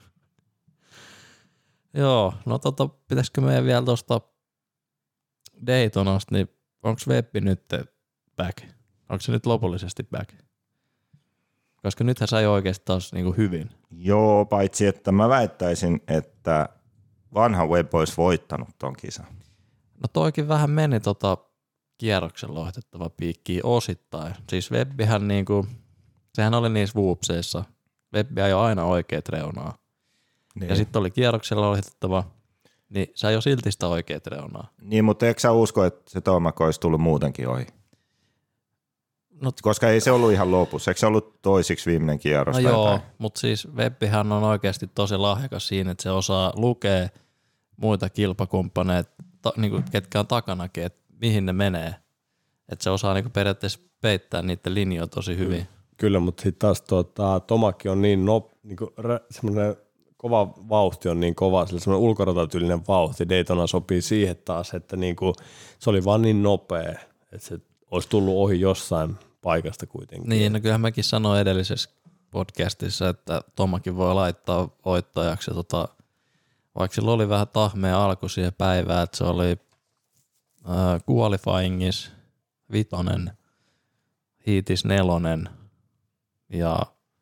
Joo, no tota, pitäisikö meidän vielä tuosta Daytonasta, niin onko Webbi nyt back? Onko se nyt lopullisesti back? Koska nythän sai oikeasti taas niinku hyvin. Joo, paitsi että mä väittäisin, että vanha Webb olisi voittanut ton kisan. No toikin vähän meni tota kierroksen lohdettava piikkiin osittain. Siis Webbihän niinku, sehän oli niissä whoopseissa. Webbi ajoi aina oikeat reunaa. Niin, Ja sitten oli kierroksella lohdettava, niin sä jo silti sitä oikeat reunaa. niin mutta eikö sä usko, että se Tomac olisi tullut muutenkin ohi? No, Koska ei se ollut ihan lopussa. Eikö se ollut toisiksi viimeinen kierros? no tai joo, jotain? mutta siis Webbihän on oikeasti tosi lahjakas siinä, että se osaa lukea muita kilpakumppaneita, ta, niinku, ketkä on takanakin, että mihin ne menee. Että se osaa niinku periaatteessa peittää niiden linjoja tosi hyvin. Kyllä, mutta sitten taas tota, Tomakki on niin nop, niinku, semmoinen kova vauhti on niin kova, sillä semmoinen ulkoratatyylinen vauhti. Daytona sopii siihen taas, että niinku, se oli vaan niin nopea, että se olisi tullut ohi jossain paikasta kuitenkin. Niin, no kyllähän mäkin sanoin edellisessä podcastissa, että Tomakin voi laittaa voittajaksi. Ja tota, vaikka sillä oli vähän tahmea alku siihen päivään, että se oli äh, qualifyingis vitonen, hiitis nelonen ja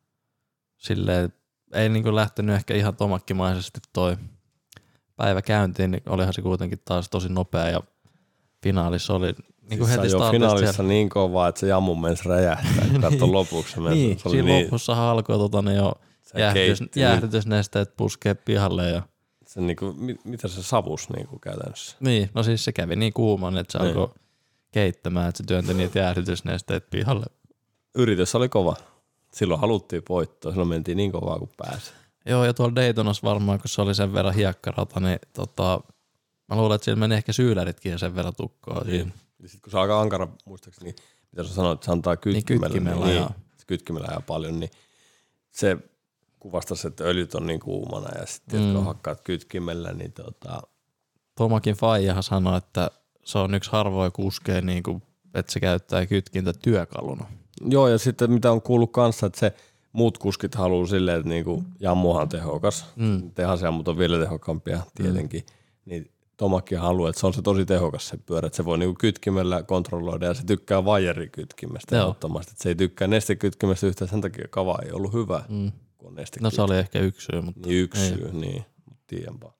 silleen ei niinku lähtenyt ehkä ihan tomakkimaisesti toi päivä käyntiin, niin olihan se kuitenkin taas tosi nopea ja finaalissa oli niinku siis heti startista finaalissa siellä niin kovaa, että se jammu mennessä räjähtää, kun katsoi lopuksi. Niin, se siinä niin, lopussahan alkoi tota, niin jo jäähdys, jäähdytysnesteet puskee pihalle. Ja se niinku, mit, mitä se savus niinku käytännössä? Niin, no siis se kävi niin kuuman, että se niin. alkoi keittämään, että se työnti niitä jäähdytysnesteet pihalle. Yritys oli kova. Silloin haluttiin voittoa, silloin mentiin niin kovaa kuin pääsi. Joo, ja tuolla Daytonassa varmaan, kun se oli sen verran hiekkarata, niin tota, mä luulen, että siellä meni ehkä syyläritkin sen verran tukkoa. Niin. Ja sitten kun se alkaa ankara, muistaakseni, niin mitä sä sanoit, että se antaa kytkimellä, niin, kytkimellä, niin, se kytkimellä ajaa paljon, niin se kuvastasi, että öljyt on niin kuumana ja sitten mm. kun hakkaat kytkimellä, niin tota... Tomakin faijahan sanoi, että se on yksi harvoin kuskee, niin kuin, että se käyttää kytkintä työkaluna. Joo, ja sitten mitä on kuullut kanssa, että se muut kuskit haluaa silleen, että niinku jammuhan on tehokas, mm. tehasajammut on vielä tehokkaampia tietenkin, mm. niin Tomakki haluaa, että se on se tosi tehokas se pyörä, että se voi niinku kytkimellä kontrolloida ja se tykkää vajerikytkimestä ehdottomasti, että se ei tykkää nestekytkimestä yhtään, sen takia kava ei ollut hyvä, mm. kun on nestekytkimestä. No se oli ehkä yksi syy, mutta... Niin yksi ei. syy, niin, mutta tiedänpä.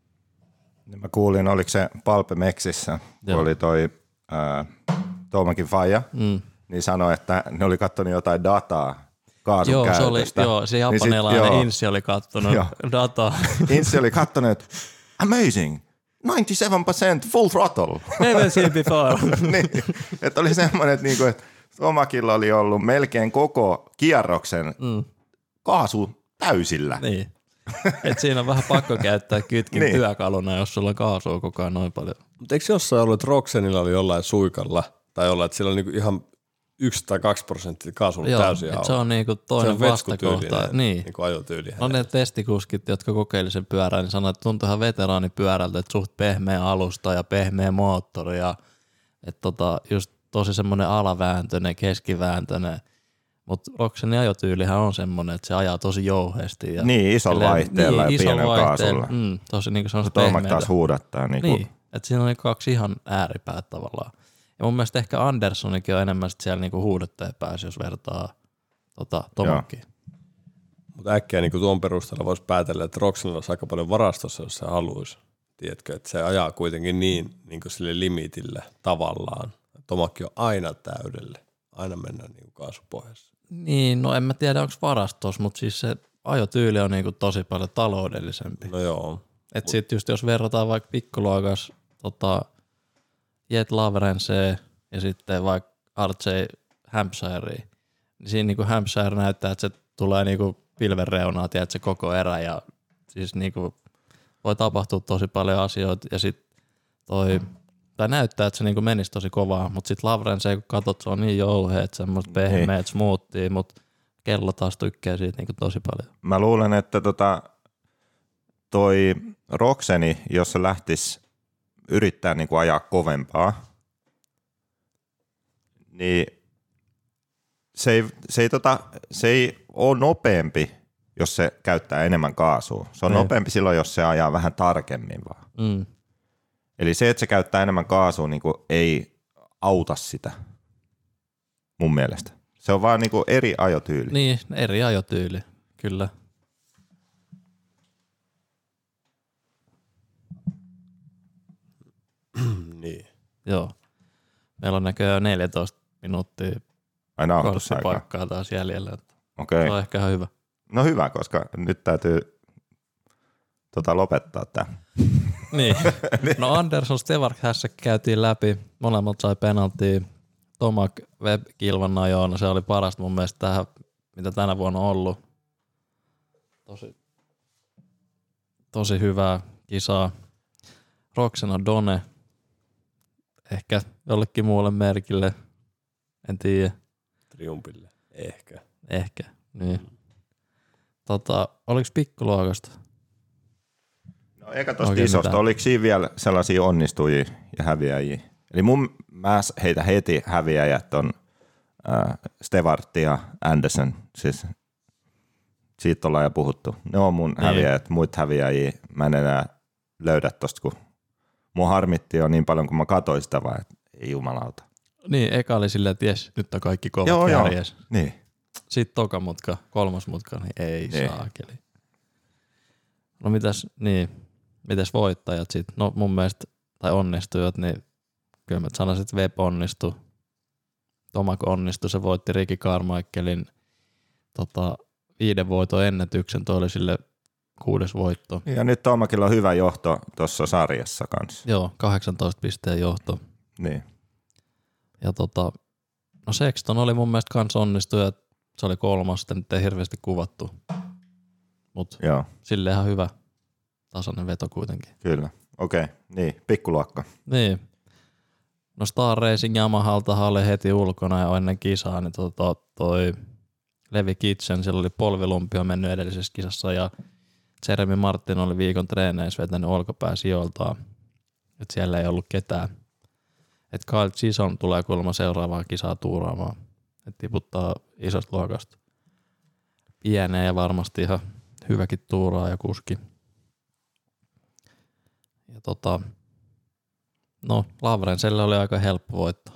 Niin mä kuulin, oliko se Palpe Meksissä, kun oli toi ää, Tomakin faija, mm. niin sanoi, että ne oli katsonut jotain dataa kaasun joo, käytöstä. Se oli, joo, se japanilainen niin Inssi oli katsonut dataa. Inssi oli katsonut, että amazing, ninety-seven percent full throttle. Never seen before. Niin, että oli semmoinen, että, niinku, että Tomakilla oli ollut melkein koko kierroksen mm. kaasu täysillä. Niin. Et siinä on vähän pakko käyttää kytkin niin. työkaluna, jos sulla on kaasua koko ajan noin paljon. Mutta eikö jossain ollut, että Roxenilla oli jollain suikalla, tai jollain, että sillä on niinku ihan yksi tai kaksi prosenttia kaasulla Joo, täysin auki. Se on niinku toinen vastakohta. Niin. Niinku ajotyyli. No ne testikuskit, jotka kokeili sen pyörää, niin sanoivat, että tuntui ihan veteraanipyörältä, että suht pehmeä alusta ja pehmeä moottori ja että tota, just tosi semmoinen alavääntöinen, keskivääntöinen. Mutta Roxenin ajotyylihän on semmoinen, että se ajaa tosi jouheesti. Ja niin, isolla vaihteella niin, ja pienellä kaasulla. Mm, tosi niin kuin se on se pehmeä. taas huudattaa. Niin, niin että siinä on kaksi ihan ääripäät tavallaan. Ja mun mielestä ehkä Anderssonikin on enemmän sit siellä niinku huudottajapäässä, jos vertaa tota, Tomakkiin. Mutta äkkiä niinku tuon perusteella voisi päätellä, että Roxenilla olisi aika paljon varastossa, jos se haluaisi. Tiedätkö, että se ajaa kuitenkin niin, niin kuin sille limitille tavallaan. Tomakki on aina täydelle. Aina mennään niinku kaasupohjassa. Niin, no en mä tiedä onko varastos, mutta siis se ajotyyli on niinku tosi paljon taloudellisempi. No joo. Et Mut. sit just jos verrataan vaikka pikkuluokas tota, Jet Lavrenceen ja sitten vaikka R J Hampshireen, niin siinä niinku Hampshire näyttää, että se tulee niinku pilven reunaa, tiedät se koko erä ja siis niinku voi tapahtua tosi paljon asioita ja sitten toi tai näyttää, että se niinku menisi tosi kovaa, mutta sitten Lavrenceen, kun katsot, se on niin jouheet, semmoista pehmeät, smoothia, mutta kello taas tykkää siitä niinku tosi paljon. Mä luulen, että tota, toi Roxeni, jos se lähtisi yrittää niinku ajaa kovempaa, niin se ei, se ei, tota, se ei ole nopeampi, jos se käyttää enemmän kaasua. Se on ei. nopeampi silloin, jos se ajaa vähän tarkemmin vaan. Mm. Eli se, että se käyttää enemmän kaasua, niin kuin ei auta sitä mun mielestä. Se on vaan niin kuin eri ajotyyli. Niin, eri ajotyyli, kyllä. Niin. Joo. Meillä on näköjään neljätoista minuuttia korssipaikkaa taas jäljellä. Okei. Se on ehkä ihan hyvä. No hyvä, koska nyt täytyy tota lopettaa tämä. Niin. No Anderson Stevark hässä käytiin läpi. Molemmat sai penaltia. Tomak Webb kilvan ajoon. Se oli parasta mun mielestä tähän, mitä tänä vuonna on ollut. Tosi, tosi hyvää kisaa. Roxana Done. Ehkä jollekin muulle merkille. En tiedä. Triumpille. Ehkä. Ehkä, niin. Tota, oliko pikkuluokasta? No eikä tosta isosta. Mitään. Oliko siinä vielä sellaisia onnistujia ja häviäjiä? Eli mun, mä heitä heti häviäjät on äh, Stewart ja Anderson. Siis siitä ollaan jo puhuttu. Ne on mun niin. häviäjät, muita häviäjiä. Mä en enää löydä tosta, kun mua harmitti jo niin paljon, kun mä katsoin sitä vaan, että ei jumalauta. Niin, eka oli silleen, että jes, nyt on kaikki kovat Joo, joo. kärjes. Niin. Sitten toka mutka, kolmas mutka, niin ei Niin. saakeli. No mitäs, niin, mitäs voittajat sitten? No mun mielestä, tai onnistujat, niin kyllä mä sanoisin, että Webb onnistui. Tomak onnistui, se voitti Ricky Carmichaelin tota, viiden voiton ennätyksen, toi oli sille kuudes voitto. Ja nyt Tomakilla on hyvä johto tuossa sarjassa kanssa. Joo, kahdeksantoista pisteen johto. Niin. Ja tota, no Sexton oli mun mielestä kans onnistuja, se oli kolmas, sitä nyt ei hirveästi kuvattu. Mut Joo, sille ihan hyvä tasainen veto kuitenkin. kyllä. Okei, okay. Niin, pikkuluokka. Niin. No Star Racing Yamahaltahan oli heti ulkona ja ennen kisaa, niin tota, toi Levi Kitchen, siellä oli polvilumpio mennyt edellisessä kisassa ja Jeremy Martin oli viikon treeneissä vetänyt olkapääsijoiltaan, että siellä ei ollut ketään. Et Kyle Chisholm tulee kuulemma seuraavaan kisaa tuuraamaan, että tiputtaa isosta luokasta pieneen ja varmasti ihan hyväkin tuuraa ja kuski. Ja tota, no Lavrenselle oli aika helppo voitto.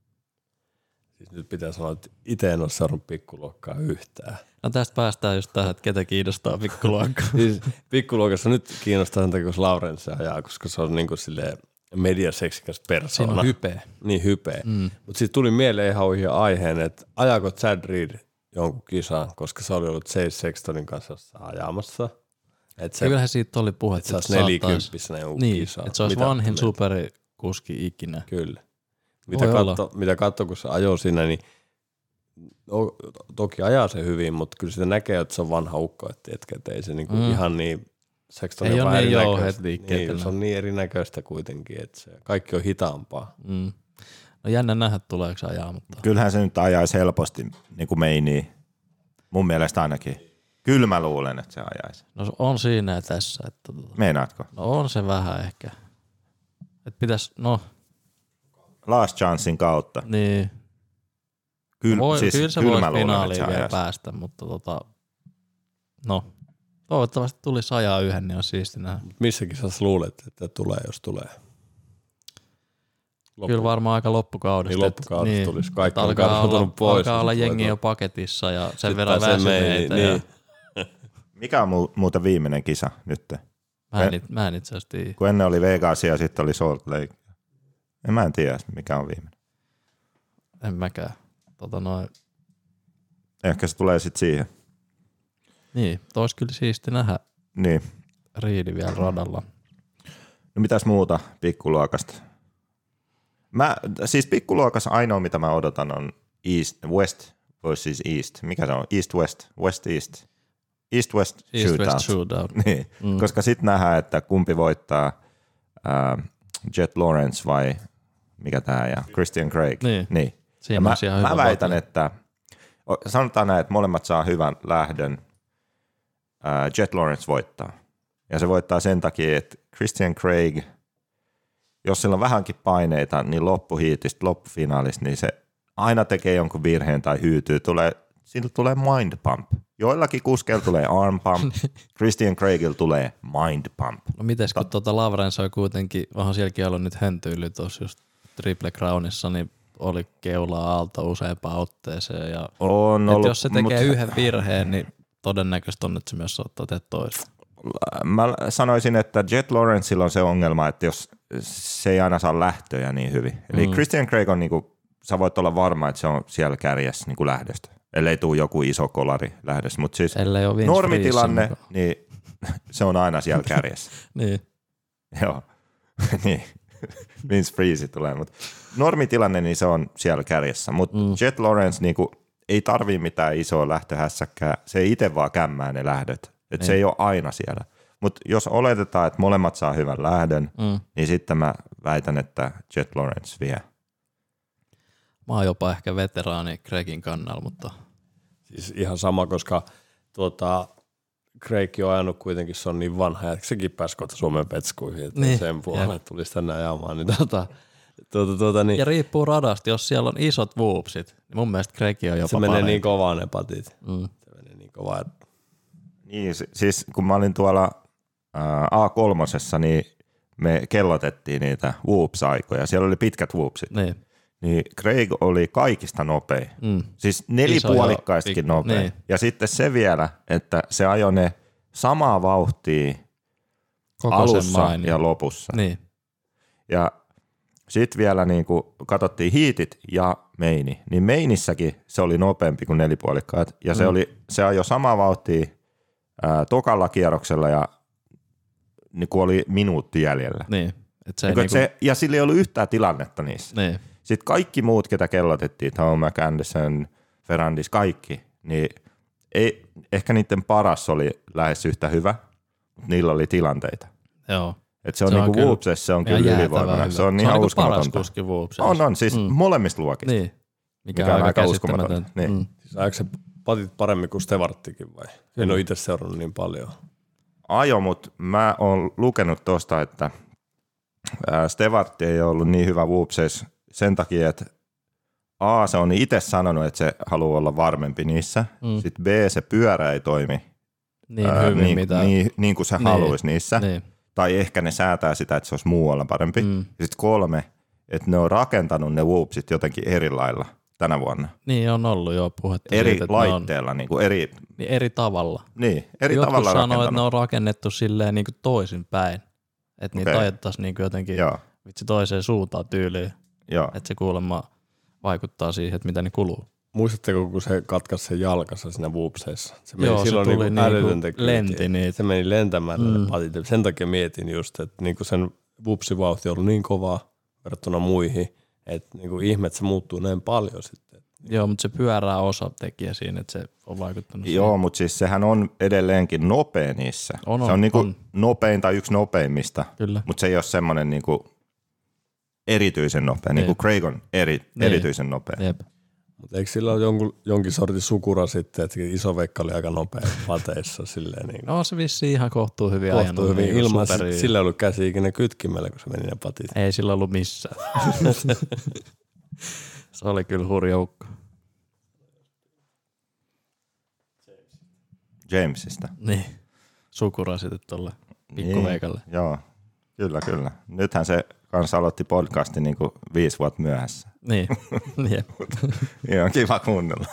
Siis nyt pitää sanoa, että itse en ole seurannut pikkuluokkaa yhtään. No tästä päästään just tähän, että ketä kiinnostaa pikkuluokkaa. Siis pikkuluokassa nyt kiinnostaa sen takia, kun Laurens ajaa, koska se on niin kuin silleen mediaseksikäs persoona. Siinä on hypeä. Niin hypeä. Mm. Mutta sitten tuli mieleen ihan ohi aiheen, että ajaako Chad Reed jonkun kisaan, koska se oli ollut Chase Sextonin kanssa ajamassa. Että se, Kyllähän siitä oli puhe, että se olisi nelikymppisenä jonkun niin, kisaan. että se olisi Mitä vanhin ajattelet? superikuski ikinä. Kyllä. Mitä Voi katso, mitä katso, kun se ajoi siinä, niin no, toki ajaa se hyvin, mutta kyllä sitä näkee, että se on vanha ukko, että, että ei se niinku Mm. ihan niin Sexton Ei on ole vähän niin erinäköistä. jouheet liikkeet Niin, enää. se on niin erinäköistä kuitenkin, että se kaikki on hitaampaa. Mm. No jännä nähdä, tuleeko se ajaa, mutta Kyllähän se nyt ajaisi helposti niin kuin meinii. Mun mielestä ainakin. Kyllä mä luulen, että se ajaisi. no on siinä ja tässä. Että, tota, Meinaatko? no on se vähän ehkä. Että pitäisi, no Last chancein kautta. niin. Kyllä, Voi, siis, kyllä se kyllä voisi mä luulen, että finaaliin se vielä ajaisi. päästä, mutta tota, no toivottavasti tulisi ajaa yhden, niin on siisti nähdä. Missä kisassa luulet, että tulee, jos tulee? Loppu. Kyllä varmaan aika loppukaudesta. Niin loppukaudesta tulisi. Kaikki on alkaa olla, kartautunut pois, alkaa olla niin jengi tulee jo paketissa ja sen Sitten verran pääsee väsyneitä. meihin, Ja niin. Mikä on mu- muuten viimeinen kisa nyt? mä, en, it- mä en itse asiassa tiedä. Kun ennen oli Vegas ja sitten oli Salt Lake. En mä en tiedä, mikä on viimeinen. En mäkään. Tota noin. Ehkä se tulee sitten siihen. Niin, olisi kyllä siisti nähdä Niin. Riidi vielä radalla. No mitäs muuta pikkuluokasta? Mä, siis pikkuluokassa ainoa, mitä mä odotan, on East, West versus East. Mikä se on? East West, West East. East West East Shootout. West Shootout. Niin, Mm. mm. koska sitten nähdään, että kumpi voittaa, äh, Jet Lawrence vai mikä tää ja Christian Craig. Niin. niin. Siinä Ja mä, olisi ihan mä hyvä väitän, battle. että o- sanotaan näin, että molemmat saa hyvän lähdön. Äh, Jet Lawrence voittaa. Ja se voittaa sen takia, että Christian Craig, jos sillä on vähänkin paineita, niin loppuhiitistä, loppufinaalista, niin se aina tekee jonkun virheen tai hyytyy. Tulee, sillä tulee mind pump. Joillakin kuskeilla tulee arm pump, Christian Craigilla tulee mind pump. No mites kun tuota Lavrens on kuitenkin, onhan sielläkin ollut nyt höntyily tuossa just Triple Crownissa, niin oli keulaa alta useampaan otteeseen. Ja On et ollut, jos se tekee mut yhden virheen, niin todennäköisesti on, että se myös saattaa tehdä toista. Mä sanoisin, että Jet Lawrencella on se ongelma, että jos se ei aina saa lähtöjä niin hyvin. Eli Mm. mm. Christian Craig on, niinku, sä voit olla varma, että se on siellä kärjessä niinku lähdöstä. Ellei tule joku iso kolari lähdössä. Mutta siis Ellei ole Vince normitilanne, Friesen niin se on aina siellä kärjessä. Niin. Joo, niin. Vince Friese tulee. Mut normitilanne, niin se on siellä kärjessä. Mutta Mm. mm. Jet Lawrence niinku, ei tarvii mitään isoa lähtöhässäkkää. Se ei itse vaan kämmää ne lähdöt. Et se Niin. ei ole aina siellä. Mutta jos oletetaan, että molemmat saa hyvän lähdön, Mm. niin sitten mä väitän, että Jet Lawrence vie. Mä oon jopa ehkä veteraani Craigin kannalla, mutta Siis ihan sama, koska tuota, Craig on ajanut kuitenkin, se on niin vanha, ja sekin pääsi kohta Suomen petskuihin, että Niin, niin, sen puolelle tulisi tänne ajamaan. Niin tuota, tuota, tuota, niin ja riippuu radasta, jos siellä on isot whoopsit, niin mun mielestä Craig on jopa se menee parempi. niin kovaa ne patit. Mm. Se menee niin kovaa, että Niin, siis kun mä olin tuolla ää, A kolme, niin me kellotettiin niitä whoops-aikoja. Siellä oli pitkät whoopsit. Niin. Niin Craig oli kaikista nopein. Mm. Siis nelipuolikkaistakin nopein. Niin. Ja sitten se vielä, että se ajoi ne samaa vauhtia Koko alussa ja lopussa. Niin. Ja sitten vielä niin kun katsottiin hiitit ja meini, niin meinissäkin se oli nopeampi kuin nelipuolikkaat. Ja mm. se, oli, se ajoi samaa vauhtia ää, tokalla kierroksella ja niin kun oli minuutti jäljellä. Niin. Et se niin niinku... se, ja sillä ei ollut yhtään tilannetta niissä. Niin. Sitten kaikki muut, ketä kellotettiin, Tom McAnderson, Ferrandis, kaikki, niin ei, ehkä niiden paras oli lähes yhtä hyvä, mutta niillä oli tilanteita. Joo. Et se on, se on niinku Whoopsessa, se on kyllä ylivoimainen. Se on, se on ihan niinku uskomatonta. paras kuski Whoopsessa. On, on, siis mm. molemmista luokista. Niin. Mikä, mikä on on aika aika uskomaton. Niin. Mm. Siis ajaako se patit paremmin kuin Stevarttikin vai? En ole itse seurannut niin paljon. Ajo, mutta mä oon lukenut tuosta, että Stevartti ei ollut niin hyvä Whoopsessa sen takia, että A, se on itse sanonut, että se haluaa olla varmempi niissä. Mm. Sitten B, se pyörä ei toimi niin, ää, hyvin, niin, mitä... niin, niin kuin se niin. haluaisi niissä. Niin. Tai ehkä ne säätää sitä, että se olisi muualla parempi. Mm. Ja sitten kolme, että ne on rakentanut ne Whoopsit jotenkin eri lailla tänä vuonna. Niin on ollut jo puhetta. Eri siitä, laitteella, on, niin kuin eri... Niin eri tavalla. Niin, eri Jotkut tavalla sanoo, rakentanut. että ne on rakennettu silleen niin kuin toisinpäin. Että niitä Okay. ajettaisiin niin kuin jotenkin Joo. vitsi toiseen suuntaan tyyliin. Joo. Että se kuulemma vaikuttaa siihen, että mitä ne kuluu. Muistatteko, kun se katkaisi sen jalkansa siinä Whoopseissa? Se meni Joo, se silloin tuli niinku niinku älytöntä lenti kyytiä. niitä. Se meni lentämään mm. ne patit. Sen takia mietin just, että niinku sen Whoopsin vauhti on ollut niin kovaa verrattuna muihin, että niinku ihme, että se muuttuu näin paljon sitten. Joo, mutta se pyörää osatekijä siinä, että se on vaikuttanut Joo, siihen. mutta siis sehän on edelleenkin nopea niissä. On, on, se on, niinku on. nopein tai yksi nopeimmista, Kyllä. mutta se ei ole semmoinen niinku erityisen nopea, niin kuin Craig on eri, niin. erityisen nopea. Jep. Mutta eikö sillä ole jonkun, jonkin sortin sukura sitten, että iso veikka oli aika nopea pateissa silleen. Niin No se vissiin ihan kohtuu hyvin kohtuu ajanut. hyvin Niin ilman, superi. sillä ei ollut käsi ikinä kytkimellä, kun se meni ne patit. Ei sillä ollut missään. Se oli kyllä hurja ukko. Jamesista. Niin. Sukura sitten tolle pikkuveikalle. Niin, joo, kyllä, kyllä. Nythän se kanssa aloitti podcastin niin kuin viisi vuotta myöhässä. Niin, jep. Ihan kiva kuunnella.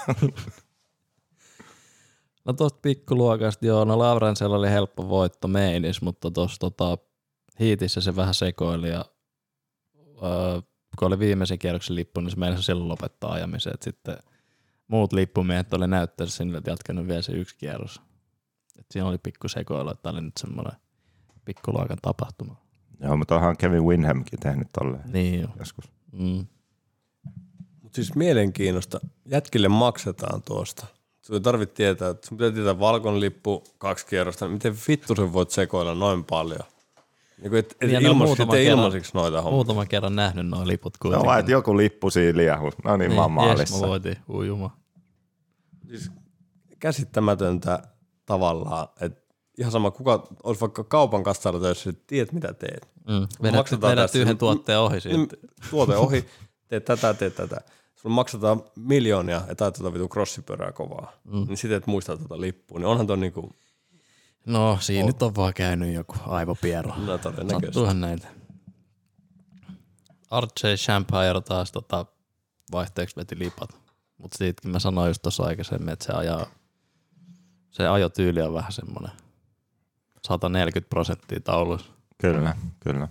No tosta pikkuluokasta, joo, no Laurensella oli helppo voitto meinis, mutta tossa tota, hiitissä se vähän sekoili ja öö, kun oli viimeisen kierroksen lippu, niin se meinasi silloin lopettaa ajamisen, että sitten muut lippumiehet oli näyttänyt sinne, että jatkanut vielä se yksi kierros. Et siinä oli pikku sekoilu, että oli nyt semmoinen pikkuluokan tapahtuma. Joo, mutta onhan Kevin Windhamkin tehnyt tolleen niin joskus. Mm. Mutta siis mielenkiinnosta, jätkille maksetaan tuosta. Sun ei tarvitse tietää, että sun pitää tietää valkoinen lippu, kaksi kierrosta. Miten vittu sen voit sekoilla noin paljon? Niin et, et ilmaisiksi, et ilmaisiksi noita hommia. Muutaman kerran nähnyt nuo liput kuitenkin. No vaan, että joku lippu siinä liehu. No niin, mä oon maalissa. Jes, mä voitin, ujuma. Siis käsittämätöntä tavallaan, että ihan sama, kuka olisi vaikka kaupan kassalla töissä, että tiedät mitä teet. Mm. Vedät, vedät yhden tuotteen ohi siitä. Tuote ohi, teet tätä, teet tätä. Sulla maksetaan miljoonia, että ajat tuota vitu crossipyörää kovaa. Mm. Niin sitten et muista tuota lippua. Niin onhan tuo niinku... No siinä oh. nyt on vaan käynyt joku aivopiero. No todennäköisesti. Sattuuhan näitä. Archie Champagne taas tota, vaihteeksi veti lipat. Mutta siitäkin mä sanoin just tuossa aikaisemmin, että se ajaa, se ajotyyli on vähän semmoinen sata neljäkymmentä prosenttia taulussa. Kyllä, kyllä.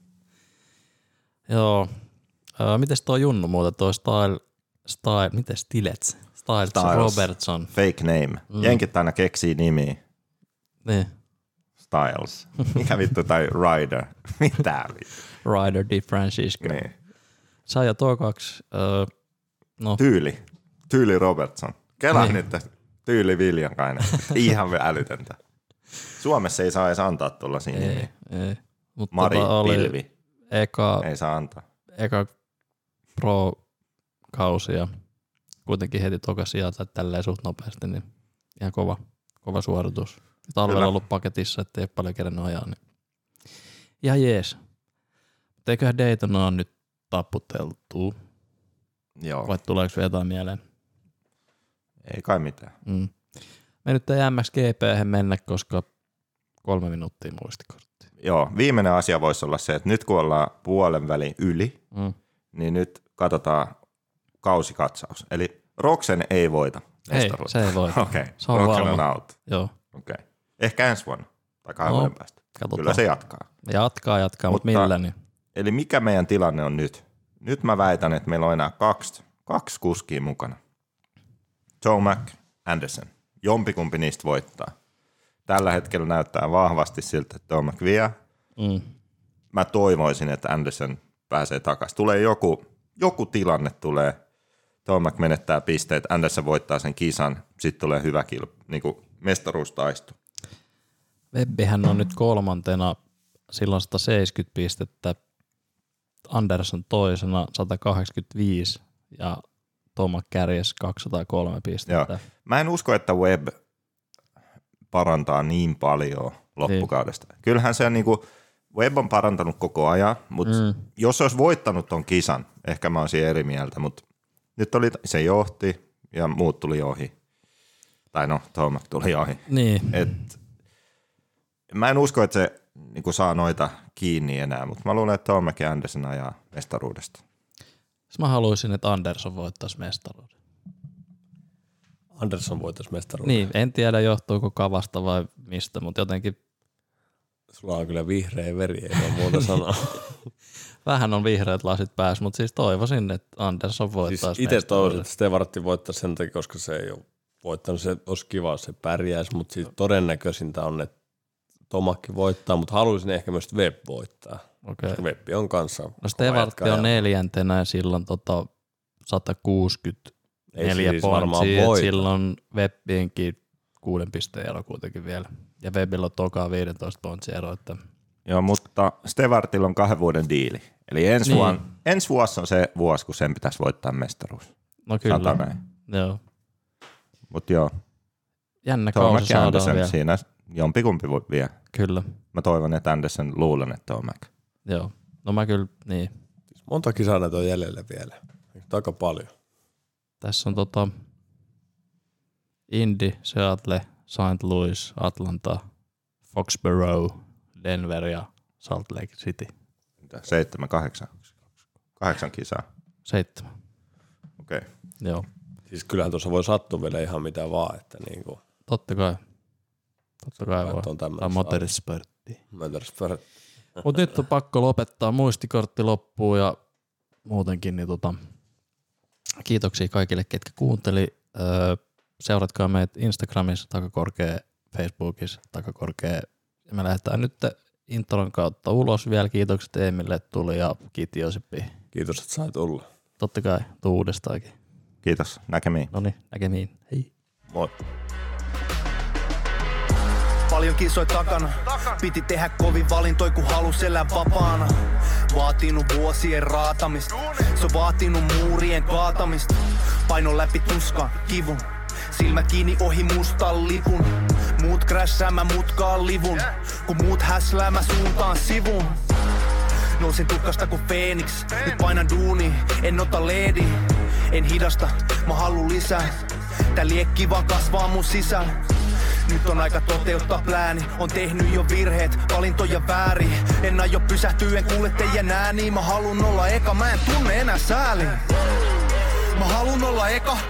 Joo. Öö, mites tuo Junnu muuta, tuo Style, Style, miten Stilets? Styles, Styles Robertson. Fake name. Mm. Jenkit aina keksii nimiä. Niin. Styles. Mikä vittu, tai Ryder. Mitä vittu? Ryder Di Francisco. Niin. Sä ja tuo kaksi. Öö, no. Tyyli. Tyyli Robertson. Kela niin. nyt tyyli Viljankainen. Ihan älytöntä. Suomessa ei saa edes antaa tuollaisia nimiä. Ei. Mut Mari tota Pilvi. Eka, ei saa antaa. Eka pro-kausi ja kuitenkin heti toka sieltä tälleen suht nopeasti, niin ihan kova, kova suoritus. Talvella on ollut paketissa, ettei ole paljon kerennyt ajaa. Niin. Ihan jees. Mutta eiköhän Daytona on nyt taputeltu. Joo. Vai tuleeko vielä jotain mieleen? Ei kai mitään. Mm. Me nyt ei M X G P:hen mennä, koska kolme minuuttia muistikorttia. Joo, viimeinen asia voisi olla se, että nyt kun ollaan puolen välin yli, mm. niin nyt katsotaan kausikatsaus. Eli Roxen ei voita mestaruutta. Ei, se ei voita. Okei, okay. Se on Roxen varma. on out. Joo. Okay. Ehkä ensi vuonna tai kahden no, vuoden päästä. Katsotaan. Kyllä se jatkaa. Jatkaa, jatkaa, mutta, mutta millä niin? Eli mikä meidän tilanne on nyt? Nyt mä väitän, että meillä on enää kaksi, kaksi kuskia mukana. Joe Mac, Anderson. Jompikumpi niistä voittaa. Tällä hetkellä näyttää vahvasti siltä, että Joe Mac vie. Mm. Mä toivoisin, että Anderson pääsee takaisin. Tulee joku, joku tilanne tulee. Joe Mac menettää pisteet, Anderson voittaa sen kisan. Sitten tulee hyvä kilp, niin kuin mestaruustaisto. Webbihän on nyt kolmantena, silloin sata seitsemänkymmentä pistettä, Anderson toisena sata kahdeksankymmentäviisi ja Tomak kärjes kaksisataakolme pistettä. Joo. Mä en usko, että Webb parantaa niin paljon loppukaudesta. Niin. Kyllähän se on niinku, Webb on parantanut koko ajan, mutta mm. jos se olisi voittanut ton kisan, ehkä mä olisin eri mieltä, mutta nyt oli, se johti ja muut tuli ohi. Tai no, Tomak tuli ohi. Niin. Et, mä en usko, että se niinku saa noita kiinni enää, mutta mä luulen, että Tomak ja Anderson ajaa mestaruudesta. Mä haluaisin, että Anderson voittaisi mestaruuden. Anderson voittaisi mestaruuden. Niin, en tiedä johtuuko kavasta vai mistä, mutta jotenkin... Sulla on kyllä vihreä veri, ei ole muuta sanoa. Vähän on vihreät lasit päässä, mutta siis toivoisin, että Anderson voittaisi siis itse toivoisin, että Stevartti voittaisi sen takia, koska se ei ole voittanut. Se olisi kiva, jos se pärjäisi, mutta siis todennäköisintä on, että Tomakki voittaa, mutta haluaisin ehkä myös Webb voittaa. Okay. Webb on kanssa. No Stevartti on neljäntenä ja silloin tota sata kuusikymmentäneljä pointsia, silloin Webbienkin kuuden pisteen ero kuitenkin vielä. Ja Webbillä on tokaa viisitoista pointsia ero. Että... Joo, mutta Stevartilla on kahden vuoden diili. Eli ensi, niin. vuonna, ensi vuosi on se vuosi, kun sen pitäisi voittaa mestaruus. No kyllä. Joo. Mutta joo. Jännä kausi saadaan vielä. Siinä jompikumpi voi vielä. Kyllä. Mä toivon, että Anderson luulen, että on Mac. Joo. No mä kyllä, niin. Monta kisaa näitä on jäljellä vielä. Aika paljon. Tässä on tota Indy, Seattle, Saint Louis, Atlanta, Foxborough, Denver ja Salt Lake City. Seitsemän, kahdeksan. Kahdeksan kisaa. Seitsemän. Okei. Okay. Joo. Siis kyllähän tuossa voi sattua vielä ihan mitä vaan. Että niinku. Totta kai. Totta kai voi. Tämä on motorisportti. Motorisportti. Mutta nyt on pakko lopettaa. Muistikortti loppuu ja muutenkin. Niin tota, kiitoksia kaikille, ketkä kuunteli. Öö, seuratkaa meitä Instagramissa, Takakorkea, Facebookissa, Takakorkea. Ja me lähdetään nyt intron kautta ulos vielä. Kiitokset Emille, että tuli ja kiitti Josippi. Kiitos, että sai tulla. Totta kai, tuu uudestaankin. Kiitos, näkemiin. Noniin, näkemiin. Hei. Moi. Paljon kisoi takana, piti tehdä kovin valintoi kun halus elää vapaana. Vaatinut vuosien raatamista, se on vaatinut muurien kaatamista. Paino läpi tuskan, kivun, silmät kiinni ohi mustan lipun. Muut crashaa, mä mutkaan livun, kun muut häslää mä suuntaan sivun. Nousin tukkasta kuin Phoenix, nyt painan duuni, en ota leedi. En hidasta, mä haluun lisää, tää liekki vaan kasvaa mun sisällä. Nyt on aika toteuttaa plääni, on tehnyt jo virheet, valintoja väärin. En aio pysähtyä, en kuule teidän ääniä, mä halun olla eka, mä en tunne enää sääliä. Mä halun olla eka,